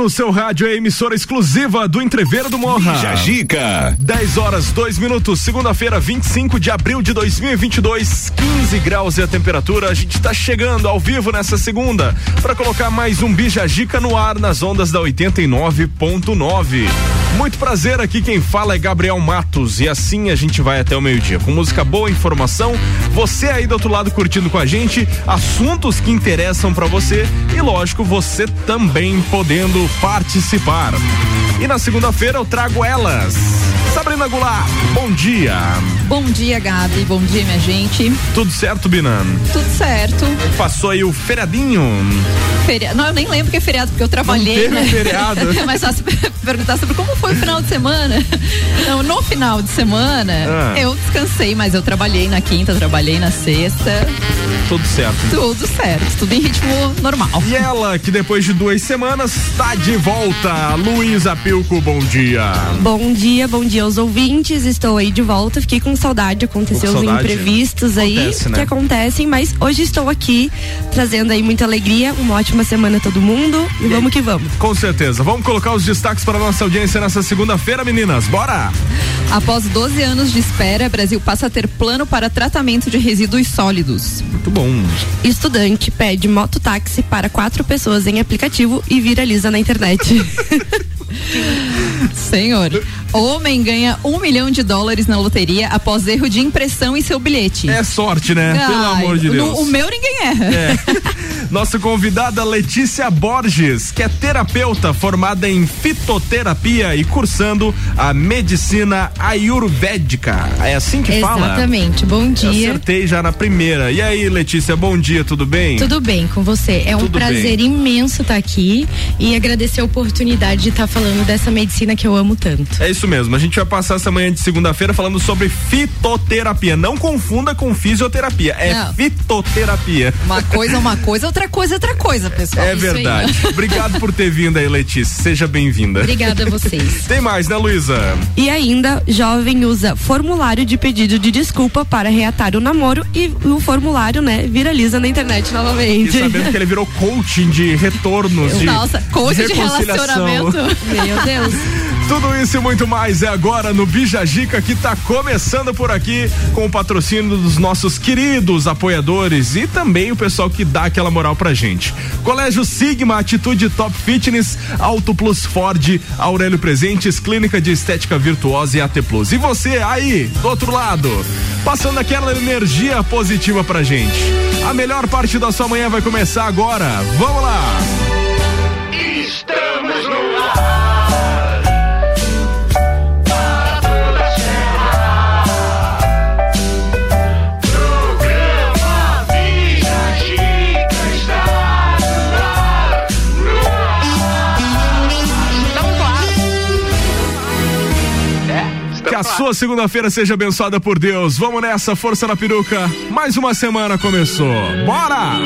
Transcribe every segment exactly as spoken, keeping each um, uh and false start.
no seu rádio, é a emissora exclusiva do Entreveiro do Morra. Jajica. dez horas, dois minutos, segunda-feira, vinte e cinco de abril de dois mil e vinte e dois, quinze graus e a temperatura. A gente tá chegando ao vivo nessa segunda para colocar mais um Bijajica no ar nas ondas da oitenta e nove ponto nove. Muito prazer, aqui quem fala é Gabriel Matos e assim a gente vai até o meio-dia com música boa, informação, você aí do outro lado curtindo com a gente, assuntos que interessam pra você e lógico, você também podendo participar. E na segunda-feira eu trago elas. Sabrina Goulart, bom dia. Bom dia, Gabi, bom dia, minha gente. Tudo certo, Binan? Tudo certo. Passou aí o feriadinho? Feriado, não, eu nem lembro que é feriado, porque eu trabalhei. Não teve né? feriado. É mais fácil perguntar sobre como foi o final de semana. Não, no final de semana, ah. eu descansei, mas eu trabalhei na quinta, trabalhei na sexta. Tudo certo. Tudo certo, tudo em ritmo normal. E ela, que depois de duas semanas, tá de volta. Luísa Pilco, bom dia. Bom dia, bom dia aos ouvintes. Estou aí de volta, fiquei com saudade, aconteceu os imprevistos aí Acontece, né? que acontecem, mas hoje estou aqui trazendo aí muita alegria, uma ótima semana a todo mundo e, e vamos que vamos. Com certeza. Vamos colocar os destaques para a nossa audiência nessa segunda-feira, meninas. Bora! Após doze anos de espera, Brasil passa a ter plano para tratamento de resíduos sólidos. Muito bom. Estudante pede mototáxi para quatro pessoas em aplicativo e viraliza na internet. Senhor, homem ganha um milhão de dólares na loteria após erro de impressão em seu bilhete. É sorte, né? Ai, pelo amor de Deus. No, o meu ninguém erra. É. Nossa convidada Letícia Borges, que é terapeuta formada em fitoterapia e cursando a medicina ayurvédica. É assim que Exatamente. fala? Exatamente. Bom dia. Eu acertei já na primeira. E aí, Letícia, bom dia, tudo bem? Tudo bem com você. É um tudo prazer bem. imenso estar aqui e agradecer a oportunidade de estar falando dessa medicina que eu amo tanto. É isso mesmo. A gente vai passar essa manhã de segunda-feira falando sobre fitoterapia. Não confunda com fisioterapia. É Não. fitoterapia. Uma coisa é uma coisa, outra coisa é outra coisa, pessoal. É verdade. Obrigado por ter vindo aí, Letícia. Seja bem-vinda. Obrigada a vocês. Tem mais, né, Luísa? E ainda, jovem usa formulário de pedido de desculpa para reatar o namoro e o formulário, né, viraliza na internet novamente. E sabendo que ele virou coaching de retornos. Nossa, de coaching de relacionamento. Meu Deus. Tudo isso e muito mais é agora no Bijajica, que tá começando por aqui com o patrocínio dos nossos queridos apoiadores e também o pessoal que dá aquela moral pra gente. Colégio Sigma, Atitude Top Fitness, Auto Plus Ford, Aurélio Presentes, Clínica de Estética Virtuosa e A T Plus. E você aí, do outro lado, passando aquela energia positiva pra gente. A melhor parte da sua manhã vai começar agora. Vamos lá! Estamos no ar. Que a sua segunda-feira seja abençoada por Deus. Vamos nessa, força na peruca. Mais uma semana começou. Bora!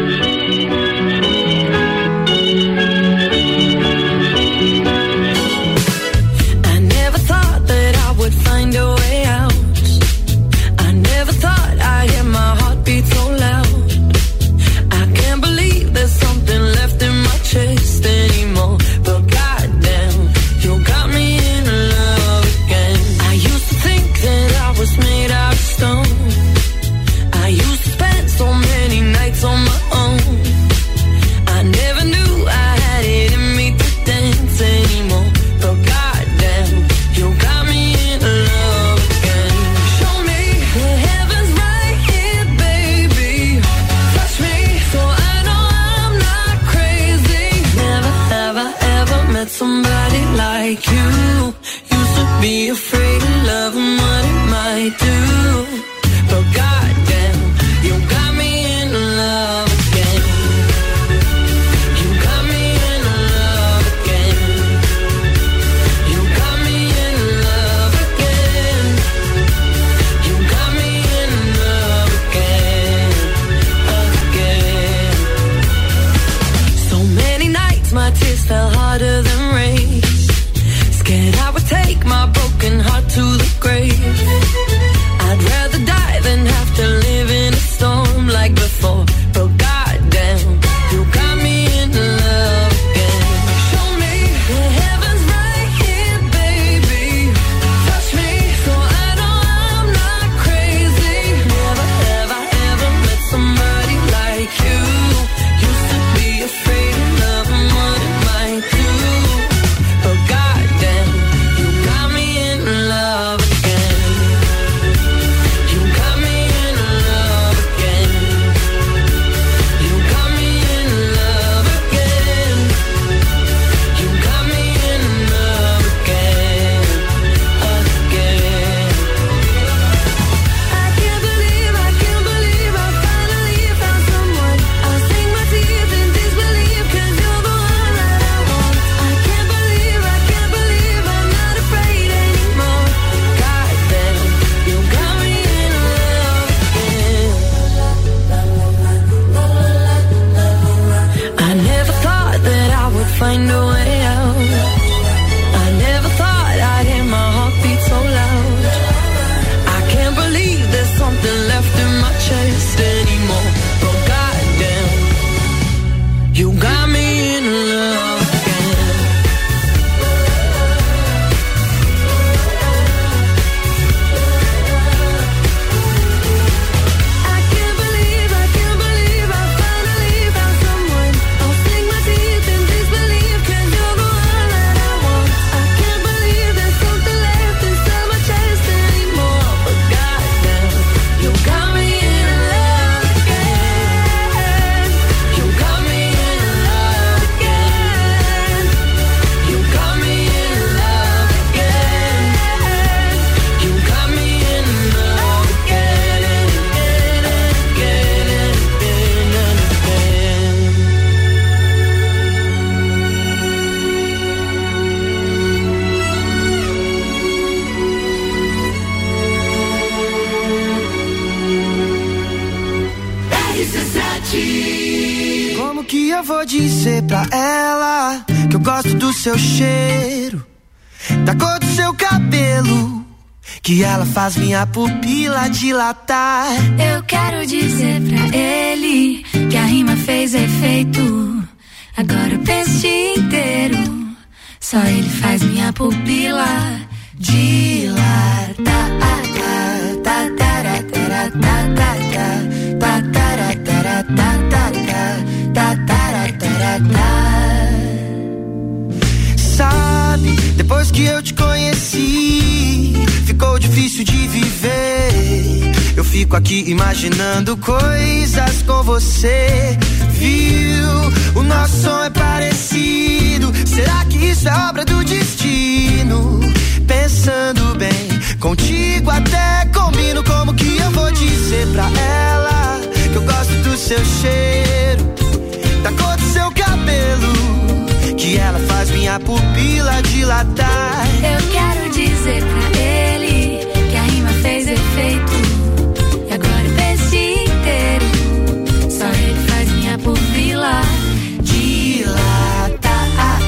I never thought that I would find a way out. I never thought I'd hear my heartbeat so loud. I can't believe there's something left in my chest anymore. But goddamn, you got me in love again. I used to think that I was made out of stone. I used to spend so many nights on my own. I never knew I had it in me to dance anymore. But goddamn, you got me in love again. Show me the heavens right here, baby. Touch me so I know I'm not crazy. Never have I ever met somebody like you. Used to be afraid of love and what it might do. But goddamn, you got me in love again. You got me in love again. You got me in love again. You got me in love again, again. So many nights my tears fell harder than rain. Scared I would take my broken heart to the grave. I que eu vou dizer pra ela que eu gosto do seu cheiro, da cor do seu cabelo, que ela faz minha pupila dilatar. Eu quero dizer pra ele que a rima fez efeito. Agora eu penso o dia inteiro, só ele faz minha pupila dilatar. Sabe, depois que eu te conheci, ficou difícil de viver. Eu fico aqui imaginando coisas com você. Viu? O nosso som é parecido. Será que isso é obra do destino? Pensando bem, contigo até combino. Como que eu vou dizer pra ela que eu gosto do seu cheiro, da cor do seu cabelo, que ela faz minha pupila dilatar. Eu quero dizer pra ele que a rima fez efeito. E agora eu penso o dia inteiro, só ele faz minha pupila dilatar.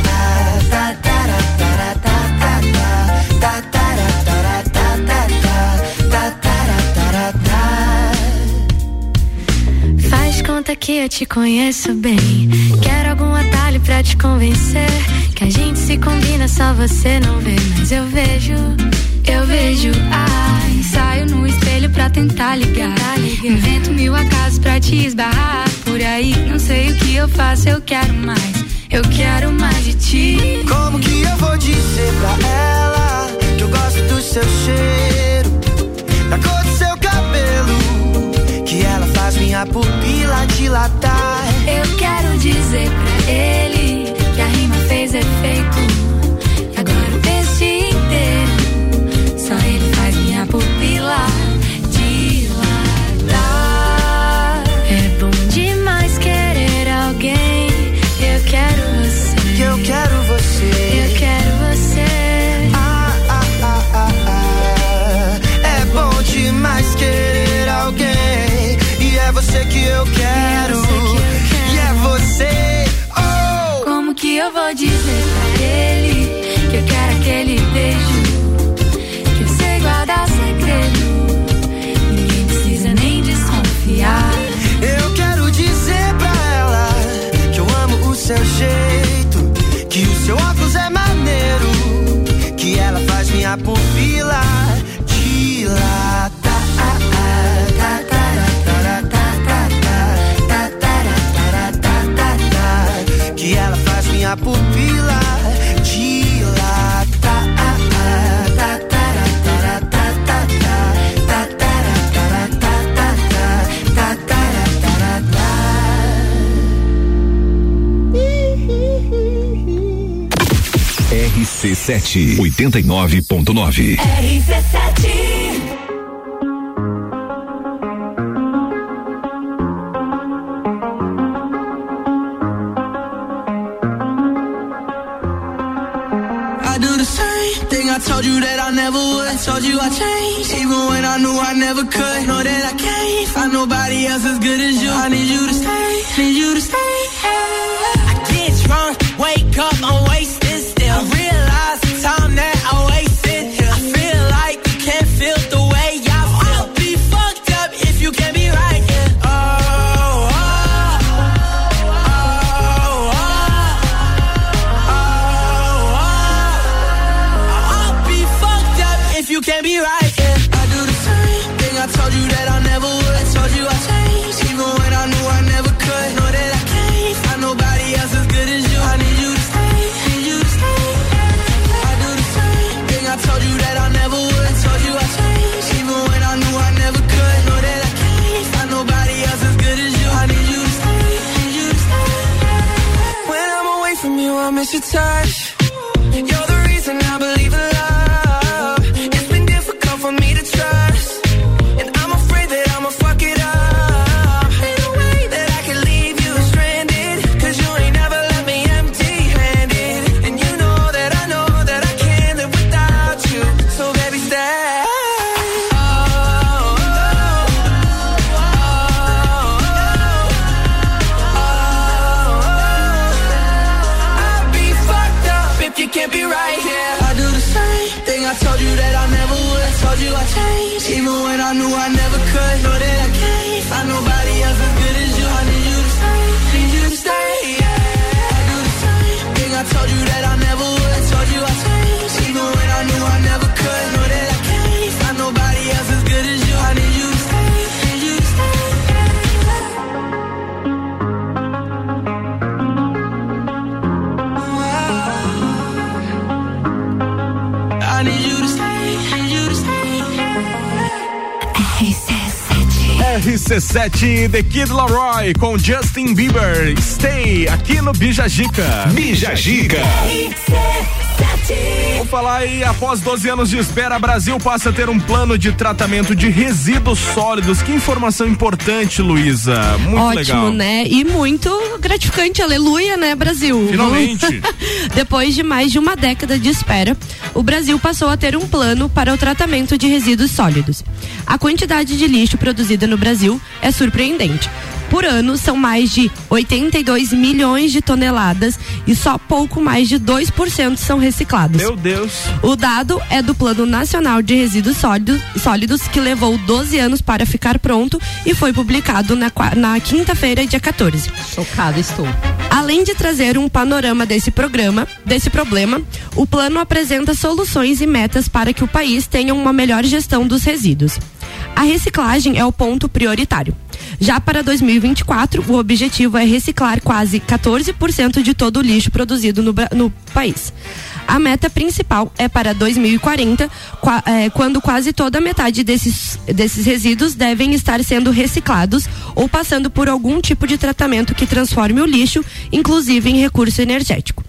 Faz conta que eu te conheço bem. Quero algum atalho pra te convencer que a gente se combina, só você não vê. Mas eu vejo, eu vejo. Ai, saio no espelho pra tentar ligar. Invento mil acasos pra te esbarrar por aí. Não sei o que eu faço, eu quero mais. Eu quero mais de ti. Como que eu vou dizer pra ela que eu gosto do seu cheiro, da cor do seu cabelo, que ela faz minha pupila dilatar. Eu quero dizer pra ele que a rima fez efeito. E agora eu penso o dia inteiro, só ele faz minha pupila dilatar. É bom demais querer alguém. Eu quero você. Que eu quero você. Eu quero você. Ah, ah, ah, ah, ah. É bom demais querer alguém. E é você que eu quero. E é você. Oh! Como que eu vou dizer pra ele que eu quero aquele beijo, que você guarda segredo, ninguém precisa nem desconfiar. Eu quero dizer pra ela que eu amo o seu jeito, que o seu óculos é maneiro, que ela faz minha pupila dilatar. Que ela faz minha pupila dilatar. R C sete oitenta e nove ponto nove. R C sete. I told you that I never would. I told you I changed, even when I knew I never could. Know that I can't find nobody else as good as you. I need you to stay, need you to stay. I get drunk, wake up, I'm wasted still. I realize the time that I wasted here. I feel like you can't feel the way I feel. I'll be fucked up if you can't be right here. Oh, oh, oh, oh, oh, oh, oh. If you can't be right, yeah. I do the same thing, I told you that I never would. I told you I changed, even when I knew I never could. Know that I can't find nobody else as good as you. I need you to stay, need you told you I changed, even when I knew I never could. Know that I can't find nobody else as good as you. I need you to stay, need you to stay, yeah. I do the same thing I told you that I never would. Told you I changed, even when I knew I never could. Know that I can't find nobody else as good as you. I need you to stay, need you to stay. I need you to stay, need you to stay. R C sete, The Kid Laroi com Justin Bieber, Stay, aqui no Bija Gica. Bija Gica. Vou falar aí, após doze anos de espera, Brasil passa a ter um plano de tratamento de resíduos sólidos. Que informação importante, Luísa. Muito Ótimo, legal. Ótimo, né? E muito gratificante, aleluia, né, Brasil? Finalmente. Depois de mais de uma década de espera, o Brasil passou a ter um plano para o tratamento de resíduos sólidos. A quantidade de lixo produzida no Brasil é surpreendente. Por ano, são mais de oitenta e dois milhões de toneladas e só pouco mais de dois por cento são reciclados. Meu Deus! O dado é do Plano Nacional de Resíduos Sólidos, sólidos que levou doze anos para ficar pronto e foi publicado na, na quinta-feira, dia quatorze. Chocada estou. Além de trazer um panorama desse programa, desse problema, o plano apresenta soluções e metas para que o país tenha uma melhor gestão dos resíduos. A reciclagem é o ponto prioritário. Já para dois mil e vinte e quatro, o objetivo é reciclar quase quatorze por cento de todo o lixo produzido no, no país. A meta principal é para dois mil e quarenta, qua, é, quando quase toda a metade desses, desses resíduos devem estar sendo reciclados ou passando por algum tipo de tratamento que transforme o lixo, inclusive em recurso energético.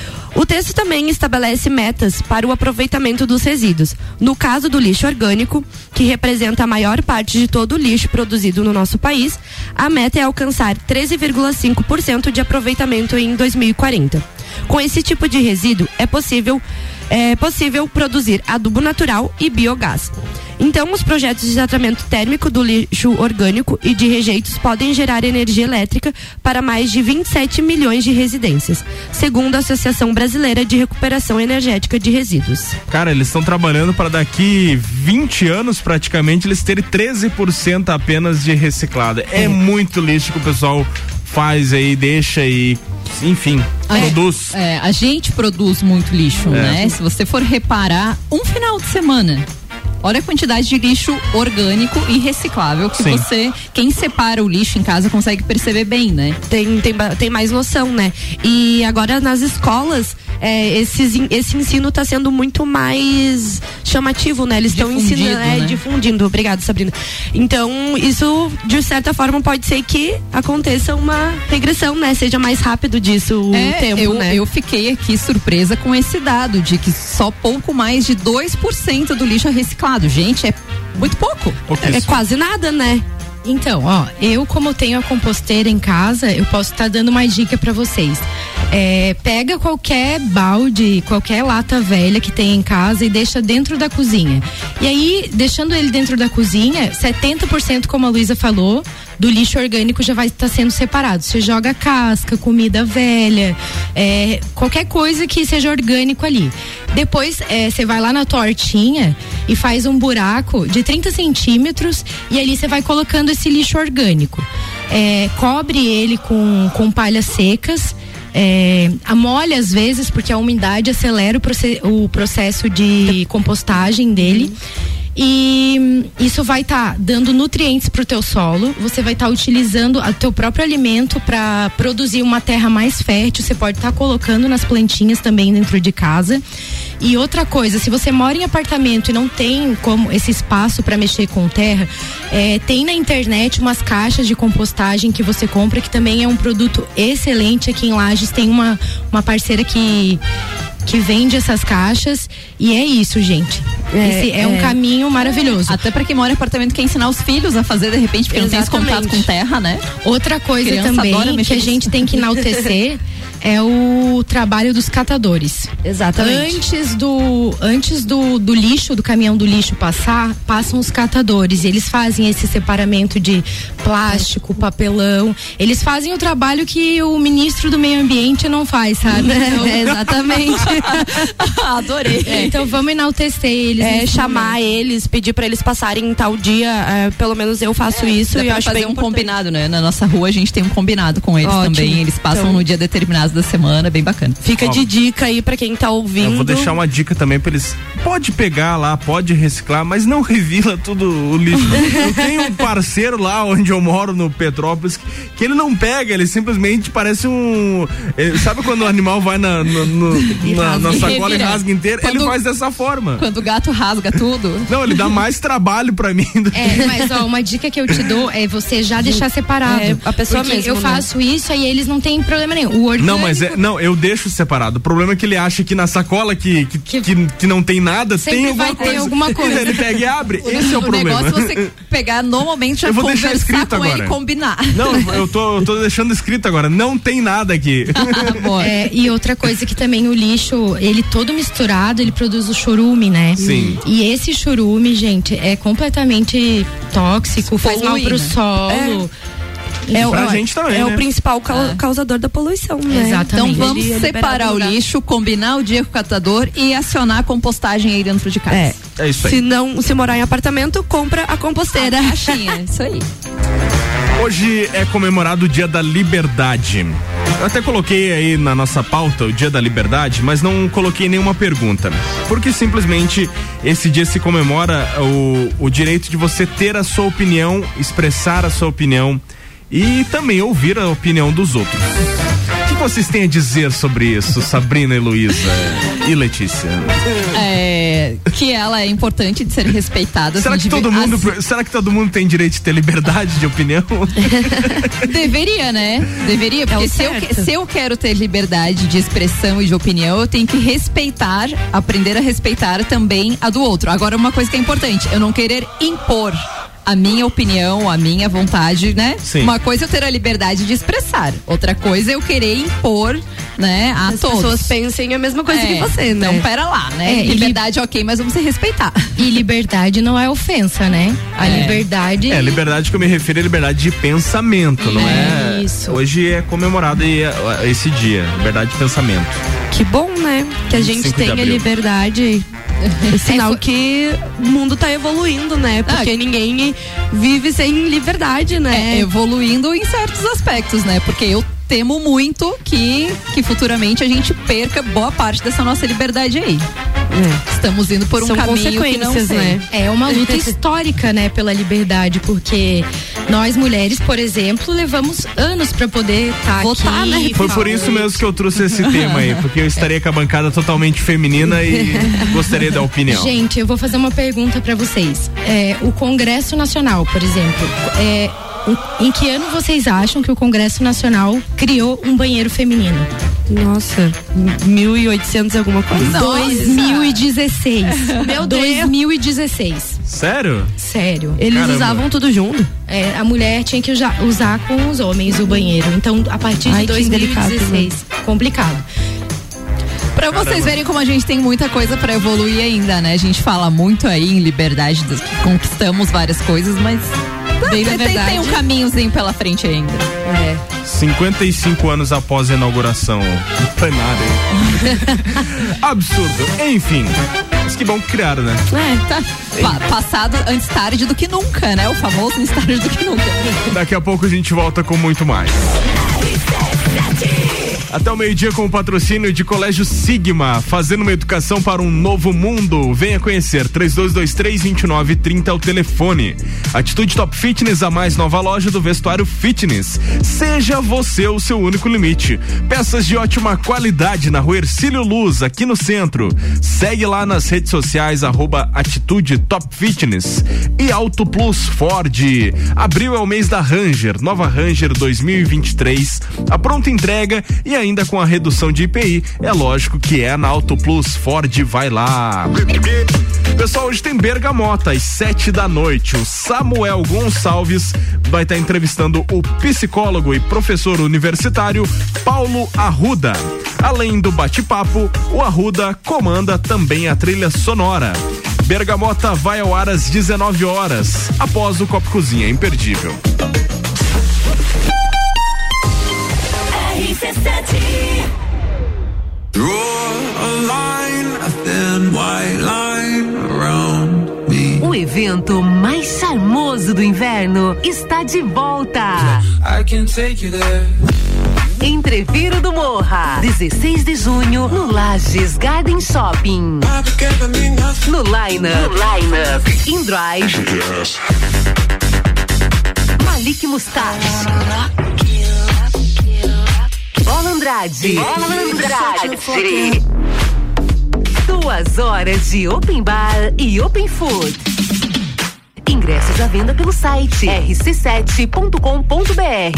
O texto também estabelece metas para o aproveitamento dos resíduos. No caso do lixo orgânico, que representa a maior parte de todo o lixo produzido no nosso país, a meta é alcançar treze vírgula cinco por cento de aproveitamento em dois mil e quarenta. Com esse tipo de resíduo, é possível, é possível produzir adubo natural e biogás. Então, os projetos de tratamento térmico do lixo orgânico e de rejeitos podem gerar energia elétrica para mais de vinte e sete milhões de residências, segundo a Associação Brasileira de Recuperação Energética de Resíduos. Cara, eles estão trabalhando para daqui vinte anos, praticamente, eles terem treze por cento apenas de reciclado. É, é muito lixo que o pessoal faz aí, deixa e enfim, é, produz. É, a gente produz muito lixo, é. né? Se você for reparar, um final de semana, olha a quantidade de lixo orgânico e reciclável que Sim. você, quem separa o lixo em casa consegue perceber bem, né? Tem, tem, tem mais noção, né? E agora nas escolas, é, esses, esse ensino está sendo muito mais chamativo, né? Eles estão ensinando, é, né? difundindo. Obrigada, Sabrina. Então, isso, de certa forma, pode ser que aconteça uma regressão, né? Seja mais rápido disso o é, tempo, eu, né? Eu fiquei aqui surpresa com esse dado de que só pouco mais de dois por cento do lixo é reciclado. Gente, é muito pouco. É, é quase nada, né? Então, ó, eu como tenho a composteira em casa, eu posso estar tá dando uma dica pra vocês. É, pega qualquer balde, qualquer lata velha que tem em casa e deixa dentro da cozinha. E aí, deixando ele dentro da cozinha, setenta por cento, como a Luísa falou, do lixo orgânico já vai estar tá sendo separado. Você joga casca, comida velha, é, qualquer coisa que seja orgânico ali. Depois, é, você vai lá na tua hortinha e faz um buraco de trinta centímetros e ali você vai colocando esse lixo orgânico. É, cobre ele com, com palhas secas. É, amolha às vezes, porque a umidade acelera o, proce- o processo de compostagem dele. E isso vai estar tá dando nutrientes para o teu solo. Você vai estar tá utilizando o teu próprio alimento para produzir uma terra mais fértil. Você pode estar tá colocando nas plantinhas também dentro de casa. E outra coisa, se você mora em apartamento e não tem como esse espaço para mexer com terra, é, tem na internet umas caixas de compostagem que você compra, que também é um produto excelente. Aqui em Lages tem uma, uma parceira que que vende essas caixas e é isso, gente. É, Esse é, é um caminho maravilhoso. Até para quem mora em apartamento, quer ensinar os filhos a fazer de repente, porque Exatamente. não tem esse contato com terra, né? Outra coisa também que a gente tem que enaltecer é o trabalho dos catadores. Exatamente. Antes do antes do, do lixo, do caminhão do lixo passar, passam os catadores. Eles fazem esse separamento de plástico, papelão. Eles fazem o trabalho que o ministro do meio ambiente não faz, sabe? Então, é, exatamente. Adorei. É, então vamos enaltecer eles. É, chamar eles, pedir pra eles passarem em tal dia, é, pelo menos eu faço é, isso e eu acho fazer bem um importante. Combinado, né? Na nossa rua a gente tem um combinado com eles. Ótimo. Também. Eles passam então, no dia determinado da semana, bem bacana. Fica Ó, de dica aí pra quem tá ouvindo. Eu vou deixar uma dica também pra eles. Pode pegar lá, pode reciclar, mas não revila tudo o lixo. Eu tenho um parceiro lá onde eu moro, no Petrópolis, que, que ele não pega, ele simplesmente parece um. Ele, sabe quando o animal vai na, no, no, na, na sacola e rasga inteira? Quando, ele faz dessa forma. Quando o gato rasga tudo. Não, ele dá mais trabalho pra mim. Do é, que... mas ó, uma dica que eu te dou é você já deixar separado. É, a pessoa mesmo, eu né? faço isso e eles não tem problema nenhum. O orgânico... Não, mas é, não, eu deixo separado. O problema é que ele acha que na sacola que, que, que, que, que não tem nada, tem alguma vai coisa. Ter alguma coisa. Ele pega e abre. O, Esse é o, o problema. O negócio é você pegar normalmente já eu vou conversar deixar escrito com agora. ele e combinar. Não, eu tô, eu tô deixando escrito agora. Não tem nada aqui. é, e outra coisa que também o lixo, ele todo misturado, ele produz o chorume, né? Sim. E esse chorume, gente, é completamente tóxico, faz mal pro solo. É. É, pra o, gente também, é né? o principal ca- causador da poluição, né? Exatamente. Então vamos Ele, separar o lixo, combinar o dia com o catador e acionar a compostagem aí dentro de casa. É, é isso aí. Se não, se morar em apartamento, compra a composteira. A caixinha, isso aí. Hoje é comemorado o Dia da Liberdade. Eu até coloquei aí na nossa pauta o Dia da Liberdade, mas não coloquei nenhuma pergunta. Porque simplesmente esse dia se comemora o, o direito de você ter a sua opinião, expressar a sua opinião e também ouvir a opinião dos outros. O que vocês têm a dizer sobre isso, Sabrina e Luísa e Letícia? É, que ela é importante de ser respeitada. Será que, todo mundo, as... será que todo mundo tem direito de ter liberdade de opinião? Deveria, né? Deveria, porque é se, eu, se eu quero ter liberdade de expressão e de opinião, eu tenho que respeitar, aprender a respeitar também a do outro. Agora, uma coisa que é importante, eu não querer impor a minha opinião, a minha vontade, né? Sim. Uma coisa é eu ter a liberdade de expressar, outra coisa é eu querer impor, né, a As todos. As pessoas pensem a mesma coisa é, que você, né? Então, pera lá, né? É, liberdade, li... ok, mas vamos se respeitar. E liberdade não é ofensa, né? A é. liberdade... É, liberdade que eu me refiro é liberdade de pensamento, não é? é? Isso. Hoje é comemorado esse dia, liberdade de pensamento. Que bom, né? Que a gente tenha liberdade. É sinal é, que o mundo tá evoluindo, né? Porque ah, ninguém vive sem liberdade, né? É, evoluindo em certos aspectos, né? Porque eu temo muito que, que futuramente a gente perca boa parte dessa nossa liberdade aí. É. Estamos indo por um São caminho que não sei. Né? É uma luta histórica, né, pela liberdade, porque nós mulheres, por exemplo, levamos anos para poder estar tá votar, aqui. Né? Foi por isso mesmo que eu trouxe esse tema aí, porque eu estaria com a bancada totalmente feminina e gostaria da opinião. Gente, eu vou fazer uma pergunta para vocês. É, o Congresso Nacional, por exemplo, é, em que ano vocês acham que o Congresso Nacional criou um banheiro feminino? Nossa, mil e oitocentos alguma coisa? Nossa. dois mil e dezesseis. Meu Deus. dois mil e dezesseis. Sério? Sério. Eles Caramba. usavam tudo junto? É, a mulher tinha que usar, usar com os homens o banheiro. Então, a partir de Ai, dois mil e dezesseis. Delicado, né? Complicado. Pra vocês Caramba. verem como a gente tem muita coisa pra evoluir ainda, né? A gente fala muito aí em liberdade, das que conquistamos várias coisas, mas bem na verdade tem um caminhozinho pela frente ainda. É. cinquenta e cinco anos após a inauguração plenária. Absurdo. Enfim. Mas que bom que criaram, né? É, tá. Pa- passado antes tarde do que nunca, né? O famoso antes tarde do que nunca. Daqui a pouco a gente volta com muito mais. Até o meio-dia com o patrocínio de Colégio Sigma, fazendo uma educação para um novo mundo. Venha conhecer, três dois dois três, dois nove três zero é o telefone. Atitude Top Fitness, a mais nova loja do vestuário fitness. Seja você o seu único limite. Peças de ótima qualidade na Rua Hercílio Luz, aqui no centro. Segue lá nas redes sociais, arroba Atitude Top Fitness. E Auto Plus Ford. Abril é o mês da Ranger, nova Ranger dois mil e vinte e três. A pronta entrega e a ainda com a redução de I P I, é lógico que é na Auto Plus Ford, vai lá. Pessoal, hoje tem Bergamota, às sete da noite. O Samuel Gonçalves vai estar entrevistando o psicólogo e professor universitário Paulo Arruda. Além do bate-papo, o Arruda comanda também a trilha sonora. Bergamota vai ao ar às dezenove horas, após o Copo Cozinha, imperdível. O evento mais charmoso do inverno está de volta. Entreviro do Morra, dezesseis de junho, no Lages Garden Shopping. No Line-Up, no line-up. In Drive, Malik Mustache, Bola Andrade, Bola Andrade. Duas horas de open bar e open food. Ingressos à venda pelo site r c sete ponto com ponto b r.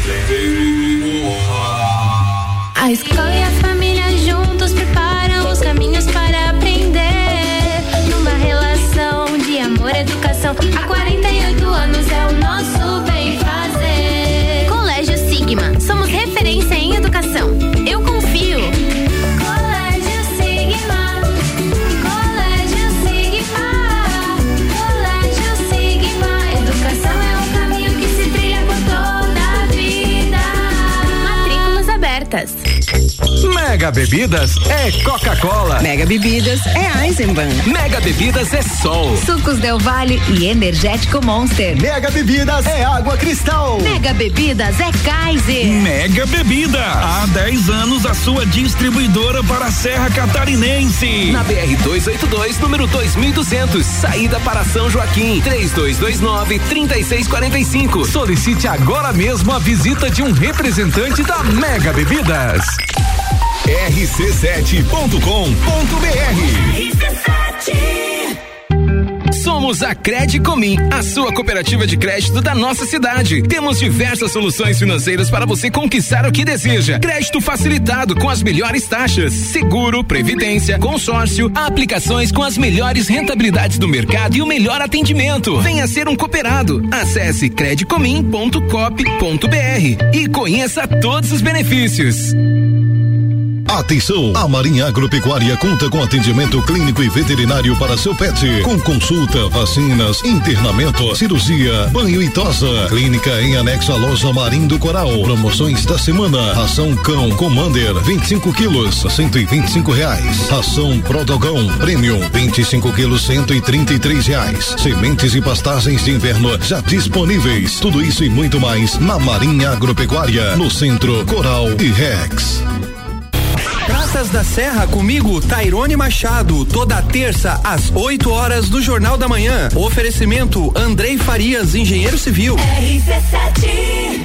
A escola e a família juntos preparam os caminhos para aprender. Numa relação de amor e educação, há quarenta e oito anos é o nosso bem fazer. Colégio Sigma, somos referência em educação. Eu confio. Colégio Sigma, Colégio Sigma, Colégio Sigma. Educação é um caminho que se trilha por toda a vida. Matrículas abertas. Mega Bebidas é Coca-Cola. Mega Bebidas é Eisenbahn. Mega Bebidas é Sol. Sucos Del Valle e Energético Monster. Mega Bebidas é Água Cristal. Mega Bebidas é Kaiser. Mega Bebidas, há dez anos a sua distribuidora para a Serra Catarinense. Na B R duzentos e oitenta e dois, número dois mil e duzentos, saída para São Joaquim, três dois dois nove, três seis quatro cinco. Solicite agora mesmo a visita de um representante da Mega Bebidas. r c sete ponto com ponto b r. Somos a Credicomim, a sua cooperativa de crédito da nossa cidade. Temos diversas soluções financeiras para você conquistar o que deseja. Crédito facilitado com as melhores taxas, seguro, previdência, consórcio, aplicações com as melhores rentabilidades do mercado e o melhor atendimento. Venha ser um cooperado. Acesse credicomim ponto coop ponto b r e conheça todos os benefícios. Atenção! A Marinha Agropecuária conta com atendimento clínico e veterinário para seu pet, com consulta, vacinas, internamento, cirurgia, banho e tosa. Clínica em anexo à loja Marim do Coral. Promoções da semana: ração Cão Commander vinte e cinco quilos, cento e vinte e cinco reais. Ração Prodogão Premium vinte e cinco quilos, cento e trinta e três reais. Sementes e pastagens de inverno já disponíveis. Tudo isso e muito mais na Marinha Agropecuária, no Centro, Coral e Rex. Praças da Serra comigo, Tairone Machado, toda terça às oito horas do Jornal da Manhã. Oferecimento Andrei Farias, engenheiro civil. R C sete.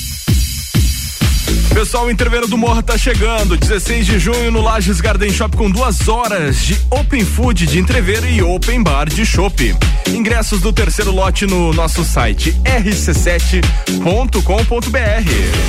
Pessoal, o Entreveiro do Morra tá chegando, dezesseis de junho no Lages Garden Shop, com duas horas de Open Food de entreveiro e Open Bar de chopp. Ingressos do terceiro lote no nosso site r c sete ponto com ponto b r.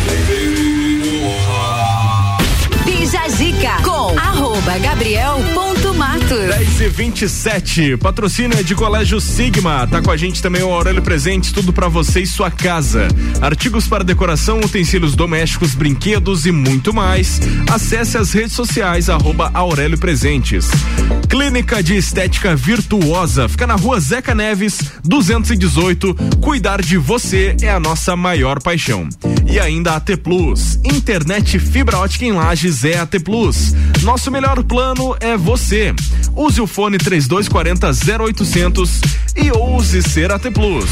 Bija Zica com arroba Gabriel ponto Matos. dez e vinte e sete, patrocínio é de Colégio Sigma. Tá com a gente também o Aurélio Presentes, tudo pra você e sua casa. Artigos para decoração, utensílios domésticos, brinquedos e muito mais. Acesse as redes sociais, arroba Aurélio Presentes. Clínica de Estética Virtuosa, fica na rua Zeca Neves, duzentos e dezoito. Cuidar de você é a nossa maior paixão. E ainda a T Plus, internet fibra ótica em Lages é a T Plus. Nosso melhor plano é você. Use o fone três dois quatro zero zero oitocentos e ouse ser a T Plus.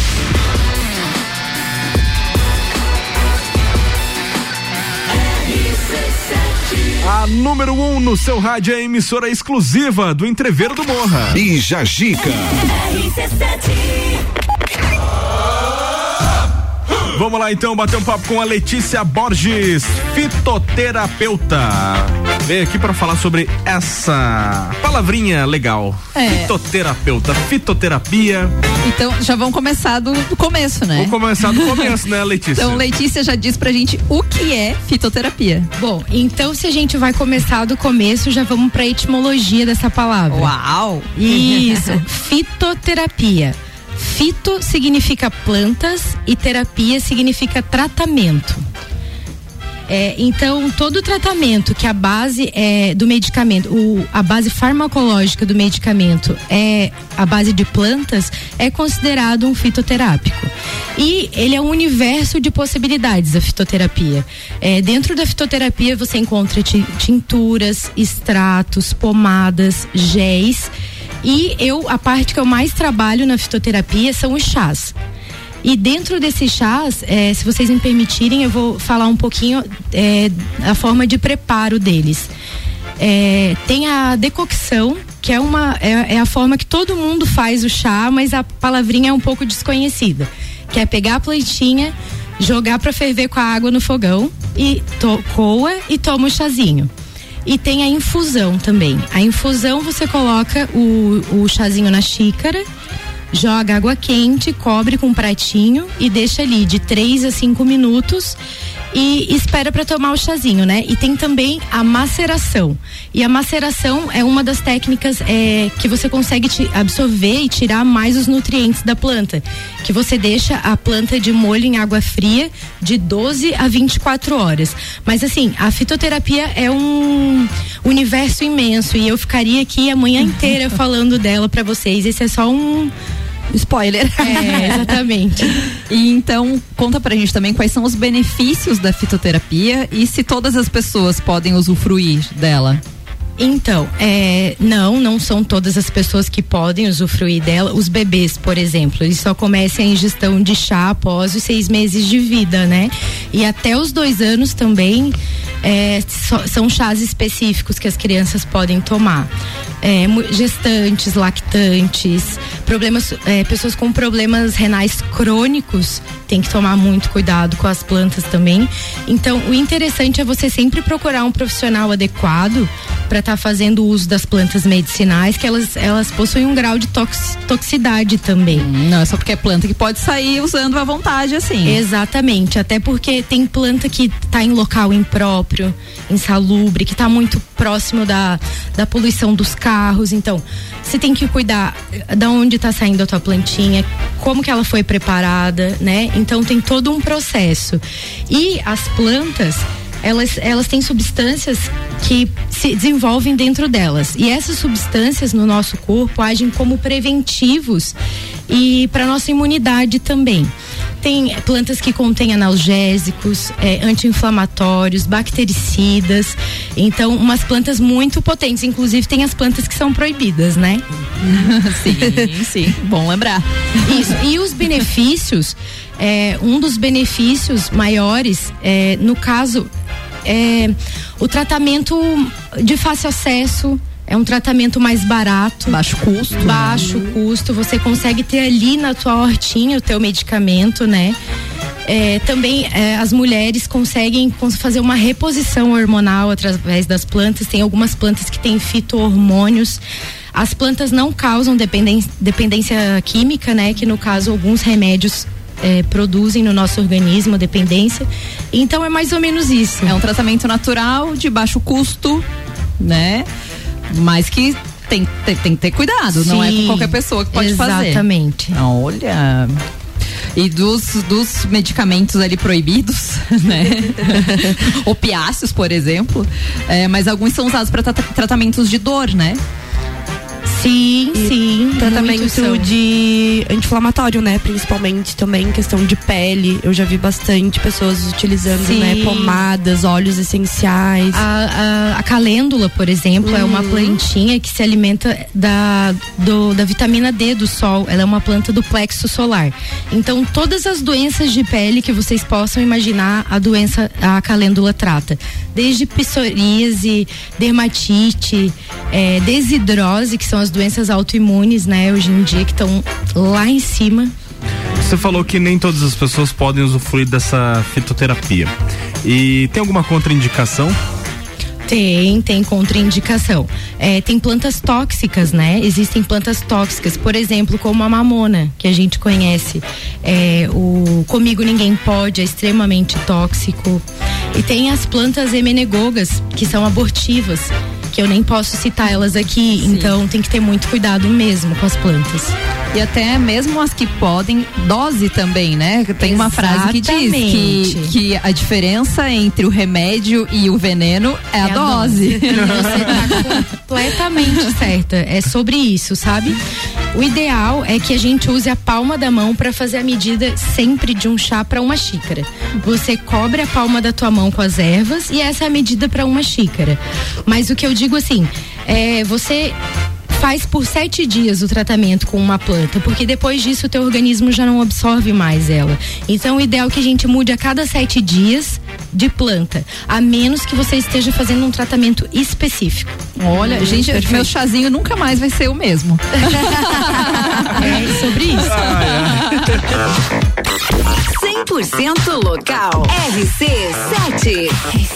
A número um no seu rádio é a emissora exclusiva do Entreveiro do Morra. Bija Zica. Vamos lá então bater um papo com a Letícia Borges, fitoterapeuta. Veio aqui para falar sobre essa palavrinha legal. É. Fitoterapeuta, fitoterapia. Então já vamos começar do, do começo, né? Vamos começar do começo, né, Letícia? Então Letícia já diz pra gente o que é fitoterapia. Bom, então se a gente vai começar do começo, já vamos pra etimologia dessa palavra. Uau! Isso, fitoterapia. Fito significa plantas e terapia significa tratamento. É, então, todo tratamento que a base é do medicamento, o, a base farmacológica do medicamento é a base de plantas, é considerado um fitoterápico. E ele é um universo de possibilidades, a fitoterapia. É, dentro da fitoterapia você encontra tinturas, extratos, pomadas, géis. E eu, a parte que eu mais trabalho na fitoterapia são os chás. E dentro desses chás, é, se vocês me permitirem, eu vou falar um pouquinho é, a forma de preparo deles. É, tem a decocção, que é, uma, é, é a forma que todo mundo faz o chá, mas a palavrinha é um pouco desconhecida. Que é pegar a plantinha, jogar para ferver com a água no fogão, e to, coa e toma o chazinho. E tem a infusão também. A infusão você coloca o, o chazinho na xícara, joga água quente, cobre com um pratinho e deixa ali de três a cinco minutos e espera para tomar o chazinho, né? E tem também a maceração. E a maceração é uma das técnicas é, que você consegue te absorver e tirar mais os nutrientes da planta. Que você deixa a planta de molho em água fria de doze a vinte e quatro horas. Mas assim, a fitoterapia é um universo imenso e eu ficaria aqui a manhã inteira falando dela para vocês. Esse é só um spoiler. É, exatamente. E então, conta pra gente também quais são os benefícios da fitoterapia e se todas as pessoas podem usufruir dela. Então, é, não, não são todas as pessoas que podem usufruir dela. Os bebês, por exemplo, eles só começam a ingestão de chá após os seis meses de vida, né? E até os dois anos também é, so, são chás específicos que as crianças podem tomar. É, gestantes, lactantes, problemas, é, pessoas com problemas renais crônicos tem que tomar muito cuidado com as plantas também. Então, o interessante é você sempre procurar um profissional adequado para estar tá fazendo uso das plantas medicinais, que elas, elas possuem um grau de tox, toxicidade também. Hum, não é só porque é planta que pode sair usando à vontade assim. Exatamente, até porque tem planta que está em local impróprio, insalubre, que está muito próximo da, da poluição dos carros. Então, você tem que cuidar da onde está saindo a tua plantinha, como que ela foi preparada, né? Então tem todo um processo. E as plantas, elas, elas têm substâncias que se desenvolvem dentro delas. E essas substâncias no nosso corpo agem como preventivos e para nossa imunidade também. Tem plantas que contêm analgésicos, é, anti-inflamatórios, bactericidas. Então, umas plantas muito potentes. Inclusive, tem as plantas que são proibidas, né? Sim, sim. Bom lembrar. Isso. E os benefícios, é, um dos benefícios maiores, é, no caso, é o tratamento de fácil acesso. É um tratamento mais barato. Baixo custo. Baixo né? custo. Você consegue ter ali na tua hortinha o teu medicamento, né? É, também é, as mulheres conseguem fazer uma reposição hormonal através das plantas. Tem algumas plantas que têm fito-hormônios. As plantas não causam dependência, dependência química, né? Que no caso alguns remédios É, produzem no nosso organismo dependência. Então é mais ou menos isso. É um tratamento natural, de baixo custo, né? Mas que tem, tem, tem que ter cuidado. Sim, não é qualquer pessoa que pode exatamente. fazer. Exatamente. Olha. E dos, dos medicamentos ali proibidos, né? Opiáceos, por exemplo. É, mas alguns são usados para tra- tratamentos de dor, né? Sim, e sim. Tratamento de anti-inflamatório, né? Principalmente também questão de pele. Eu já vi bastante pessoas utilizando, sim, né? Pomadas, óleos essenciais. A, a, a calêndula, por exemplo, uhum. é uma plantinha que se alimenta da, do, da vitamina D do sol. Ela é uma planta do plexo solar. Então, todas as doenças de pele que vocês possam imaginar, a doença, a calêndula trata. Desde psoríase, dermatite, é, desidrose, que são as doenças autoimunes, né, hoje em dia, que estão lá em cima. Você falou que nem todas as pessoas podem usufruir dessa fitoterapia. E tem alguma contraindicação? Tem, tem contraindicação. É, tem plantas tóxicas, né? Existem plantas tóxicas, por exemplo, como a mamona, que a gente conhece. É, o Comigo Ninguém Pode é extremamente tóxico. E tem as plantas hemenegogas, que são abortivas, que eu nem posso citar elas aqui. Sim. Então tem que ter muito cuidado mesmo com as plantas. E até mesmo as que podem, dose também, né? Tem uma frase que diz que, que a diferença entre o remédio e o veneno é, é a, a dose. dose. Você tá completamente certa. É sobre isso, sabe? O ideal é que a gente use a palma da mão para fazer a medida sempre de um chá para uma xícara. Você cobre a palma da tua mão com as ervas e essa é a medida para uma xícara. Mas o que eu digo assim, é você faz por sete dias o tratamento com uma planta, porque depois disso o teu organismo já não absorve mais ela. Então o ideal é que a gente mude a cada sete dias de planta, a menos que você esteja fazendo um tratamento específico. Olha, hum, gente, perfeito. Meu chazinho nunca mais vai ser o mesmo. É sobre isso. cem por cento local. R C sete.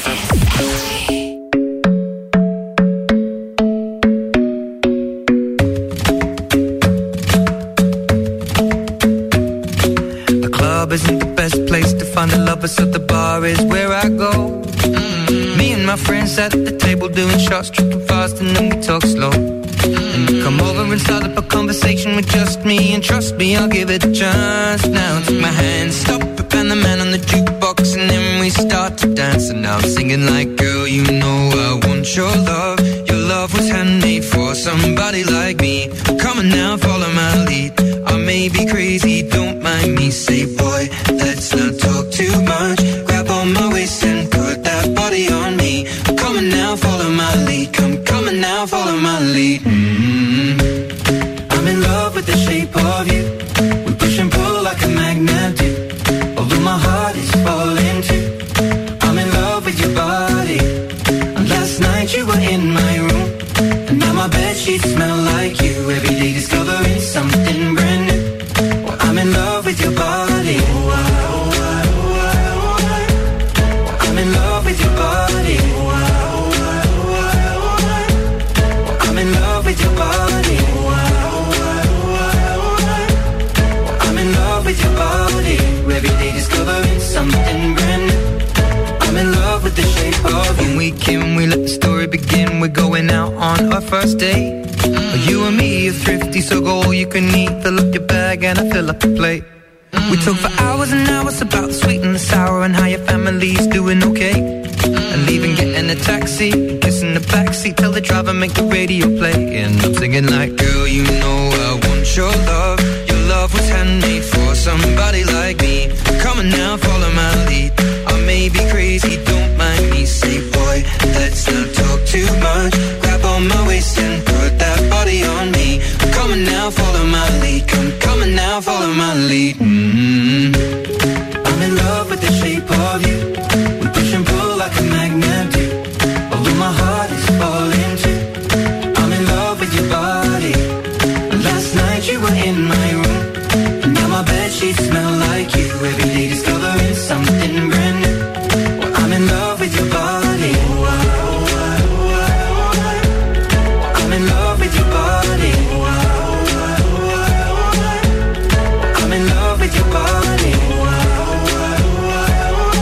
Isn't the best place to find a lover, so the bar is where I go. Mm-hmm. Me and my friends at the table doing shots, tripping fast, and then we talk slow. Mm-hmm. And you come over and start up a conversation with just me, and trust me, I'll give it a chance. Now take my hand, stop it, and the man on the jukebox, and then we start to dance. And now I'm singing like, girl, you know I want your love. Your love was handmade for somebody like me. Come on now, follow my lead. I may be crazy, don't mind me. Say, boy, let's not talk too much. Grab on my waist and put that body on me. Come on now, follow my lead. Come, come on now, follow my lead. Mm-hmm. I'm in love with the shape of you. We push and pull like a magnet do. Although my heart is falling too. I'm in love with your body. And last night you were in my room. And now my bedsheets smell like you. Every day discovering something brand new. Well, I'm in love with your body. Oh, I, oh, I, oh, I, oh, I. Well, I'm in love with your body. Oh, I, oh, I, oh, I, oh, I. Well, I'm in love with your body. Oh, I, oh, I, oh, I, oh, I. Well, I'm in love with your body. Every day discovering something brand new. I'm in love with the shape of you. When we came, we let the story begin. We're going out on our first date. Mm-hmm. You and me are thrifty, so go all you can eat. Fill up your bag and I fill up the plate. Mm-hmm. We talk for hours and hours about the sweet and the sour and how your family's doing okay. Mm-hmm. And leaving, getting a taxi, kissing the backseat, tell the driver make the radio play. And I'm singing like, girl, you know I want your love. Your love was handmade for somebody like me. Come on now, follow my lead. I may be crazy, don't mind me. Say, boy, let's not talk too much. Grab on my waist and put that body on me. Come on now, follow my lead. Come, come on now, follow my lead. Mm-hmm. I'm in love with the shape of you. We push and pull like a magnet do. Although my heart is falling too. I'm in love with your body. Last night you were in my room. And now my bedsheets smell like you. Every day discovering something brand new. Well, I'm in love with your body. Oh, I, oh, I, oh, I, oh, I. I'm in love with your body. Oh, I, oh, I, oh, I, oh, I. I'm in love with your body. Oh, I, oh, I, oh, I, oh,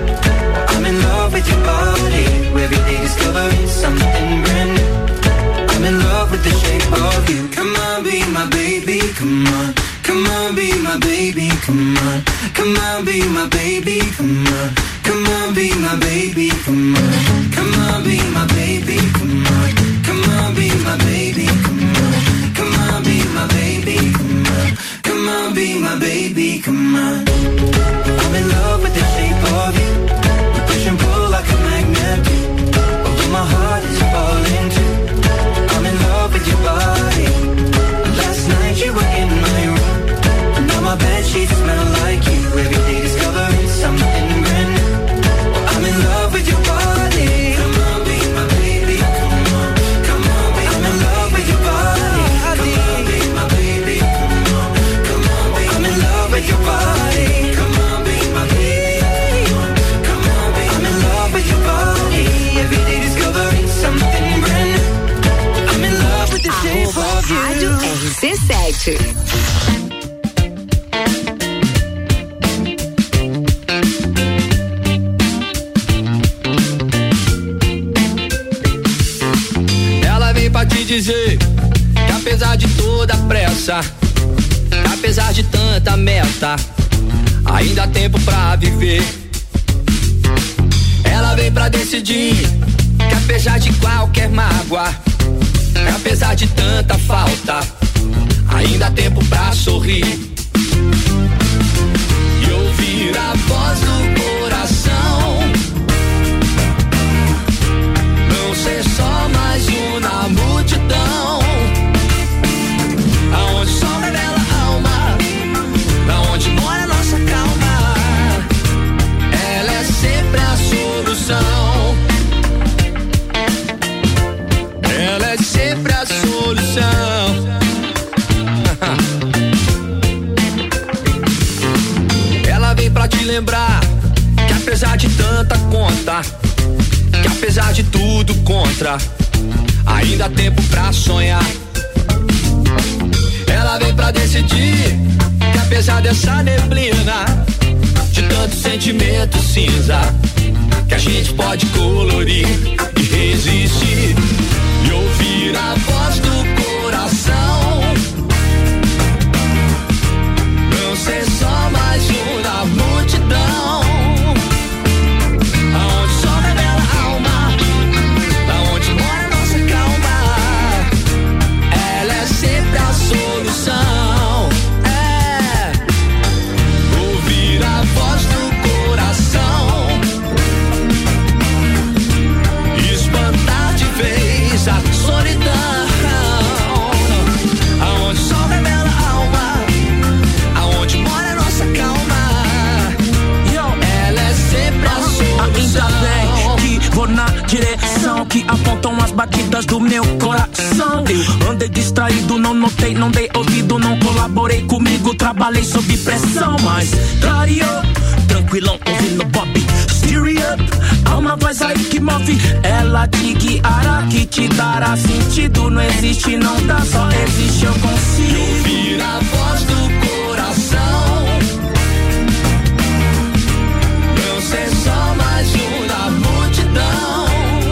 I. I'm in love with your body. Every day discovering something brand new. I'm in love with the shape of you. Come on, be my baby, come on. Come on, be my baby, come on. Come on, be my baby, come on. Come on, be my baby, come on. Come on, be my baby, come on. Come on, be my baby, come on. Come on, be my baby, come on. Come on, be my baby, come on. I'm in love with the shape of you. We push and pull like a magnet do. Although my heart is falling too. I'm in love with your body. Last night you were in my room. Now my bedsheets smell like you. Every day discovering something brand new. Well, I'm in love with your body. Come on, be my baby. Come on, come on, be I'm in love with your body. Come on, be my baby. Come on, come on, be I'm in love with your sete. Ela vem pra te dizer que apesar de toda a pressa, apesar de tanta meta, ainda há tempo pra viver. Ela vem pra decidir que apesar de qualquer mágoa, apesar de tanta falta, ainda há tempo pra sorrir e ouvir a voz do coração. Não ser só mais um na multidão, aonde só revela a alma, aonde mora nossa calma. Ela é sempre a solução. Ela é sempre a solução. Ela vem pra te lembrar que apesar de tanta conta, que apesar de tudo contra, ainda há tempo pra sonhar. Ela vem pra decidir que apesar dessa neblina, de tanto sentimento cinza, que a gente pode colorir e resistir e ouvir a voz do coração. Não ser só mais um na multidão, aonde só revela a alma, aonde mora nossa calma. Ela é sempre a solução. É ouvir a voz do coração, espantar de vez a solidão, aonde só revela a alma, aonde mora nossa calma. Ela é sempre a solução. Ainda bem que vou na direção que apontam as batidas do meu coração. Eu andei distraído, não notei, não dei ouvido, não colaborei comigo, trabalhei sob pressão, mas clareou, tranquilão, ouvindo Bob Steer up. Há uma voz aí que move, ela te guiará, que te dará sentido. Não existe, não dá, só existe, eu consigo. E ouvir a voz do coração, não ser só mais um na multidão,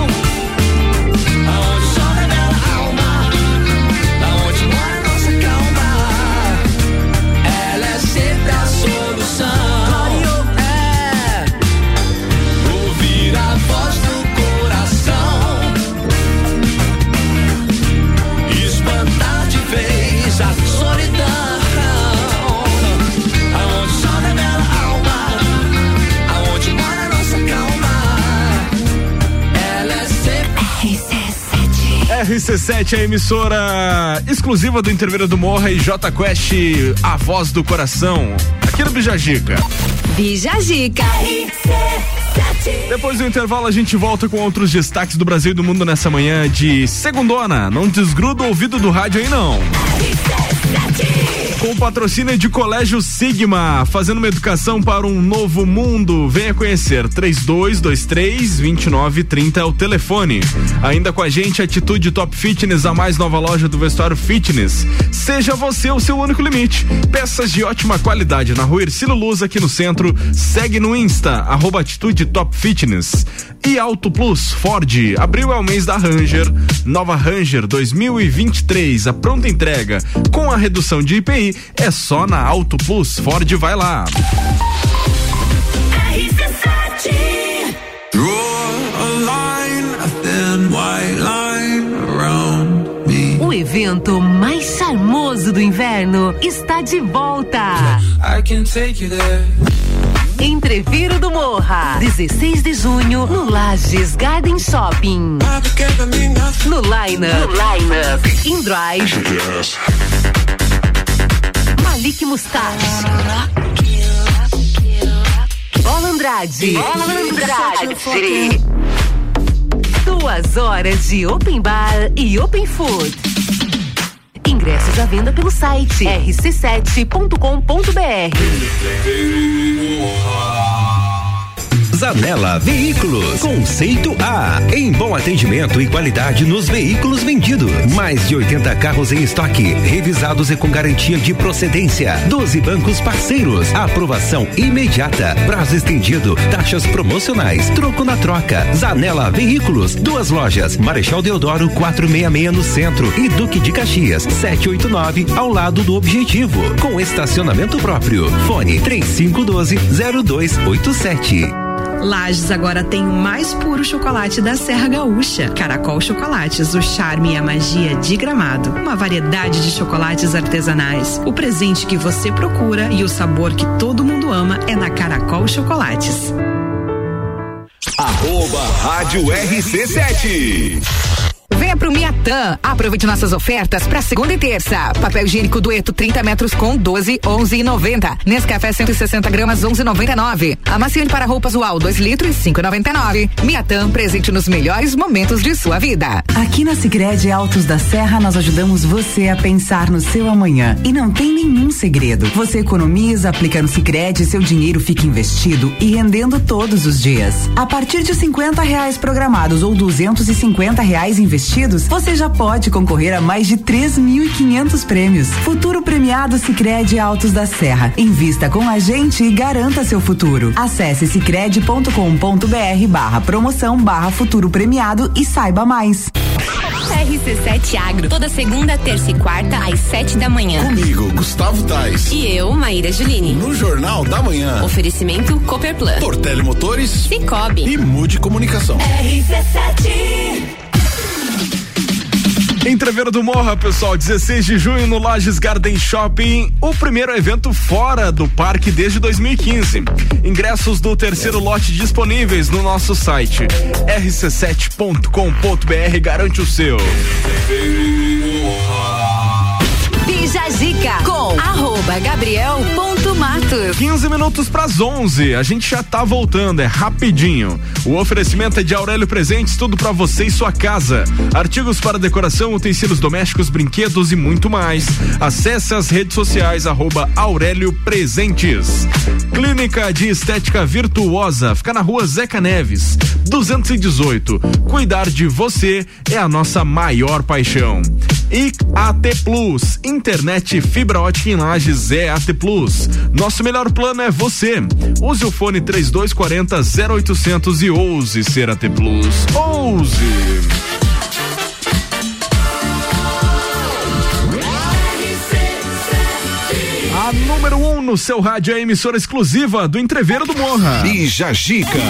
aonde só revela a alma, aonde mora nossa calma. Ela é sempre a solução. É ouvir a voz do coração, espantar de vez a solidão, aonde só revela a alma, aonde mora nossa calma. Ela é sempre R C sete. R C sete, a emissora exclusiva do Interveiro do Morra e J Quest, a voz do coração, aqui no Bijagica. Bijagica. Depois do intervalo a gente volta com outros destaques do Brasil e do mundo nessa manhã de segundona. Não desgruda o ouvido do rádio aí não. Com o patrocínio de Colégio Sigma, fazendo uma educação para um novo mundo. Venha conhecer. Três dois dois três, dois nove três zero é o telefone. Ainda com a gente, Atitude Top Fitness, a mais nova loja do vestuário fitness. Seja você o seu único limite. Peças de ótima qualidade na Rua Ercílio Luz, aqui no centro. Segue no Insta, arroba Atitude Top Fitness. E Auto Plus Ford, abril é o mês da Ranger. Nova Ranger dois mil e vinte e três, a pronta entrega com a redução de I P I é só na Auto Plus Ford, vai lá. R C sete. O evento mais charmoso do inverno está de volta. Entreviro do Morra, dezesseis de junho, no Lages Garden Shopping. No line-up, no line-up, In Drive, Malik Mustache, Bola Andrade, Bola Andrade. Duas horas de open bar e open food. Ingressos à venda pelo site r c sete ponto com ponto b r. Zanela Veículos, conceito A, em bom atendimento e qualidade nos veículos vendidos. Mais de oitenta carros em estoque, revisados e com garantia de procedência. doze bancos parceiros, aprovação imediata, prazo estendido, taxas promocionais, troco na troca. Zanela Veículos, duas lojas, Marechal Deodoro quatrocentos e sessenta e seis no centro e Duque de Caxias setecentos e oitenta e nove ao lado do Objetivo, com estacionamento próprio. Fone três cinco um dois zero dois oito sete. Lages agora tem o mais puro chocolate da Serra Gaúcha. Caracol Chocolates, o charme e a magia de Gramado. Uma variedade de chocolates artesanais. O presente que você procura e o sabor que todo mundo ama é na Caracol Chocolates. Arroba Rádio R C sete. Venha pro Miatã. Aproveite nossas ofertas para segunda e terça. Papel higiênico Dueto trinta metros com doze, onze e noventa. Nescafé cento e sessenta gramas, onze e noventa e nove. Amaciante para roupas UAU dois litros, cinco e noventa e nove. Miatã, presente nos melhores momentos de sua vida. Aqui na Sicredi Altos da Serra nós ajudamos você a pensar no seu amanhã e não tem nenhum segredo. Você economiza, aplica no Sicredi, seu dinheiro fica investido e rendendo todos os dias. A partir de cinquenta reais programados ou duzentos e cinquenta reais investidos, você já pode concorrer a mais de três mil e quinhentos prêmios. Futuro premiado Sicredi Altos da Serra. Invista com a gente e garanta seu futuro. Acesse sicredi ponto com ponto br barra promoção barra futuro premiado e saiba mais. R C sete Agro, toda segunda, terça e quarta às sete da manhã. Comigo, Gustavo Tais. E eu, Maíra Juline. No Jornal da Manhã. Oferecimento Cooperplan, Portele Motores, Cicobi e Mude Comunicação. R C sete. Entreveiro do Morra, pessoal, dezesseis de junho no Lages Garden Shopping, o primeiro evento fora do parque desde dois mil e quinze. Ingressos do terceiro lote disponíveis no nosso site r c sete ponto com ponto br, garante o seu. Bijagica com arroba Gabriel ponto Matos. quinze minutos pras onze, a gente já tá voltando, é rapidinho. O oferecimento é de Aurélio Presentes, tudo pra você e sua casa. Artigos para decoração, utensílios domésticos, brinquedos e muito mais. Acesse as redes sociais, arroba Aurélio Presentes. Clínica de Estética Virtuosa, fica na rua Zeca Neves, duzentos e dezoito. Cuidar de você é a nossa maior paixão. E A T Plus, internet fibra ótica em Lages é A T Plus. Nosso melhor plano é você. Use o fone trinta e dois quarenta, zero oitocentos e ouse ser A T Plus. Ouse! A número um no seu rádio é a emissora exclusiva do Entreveiro do Morra. Bijagica.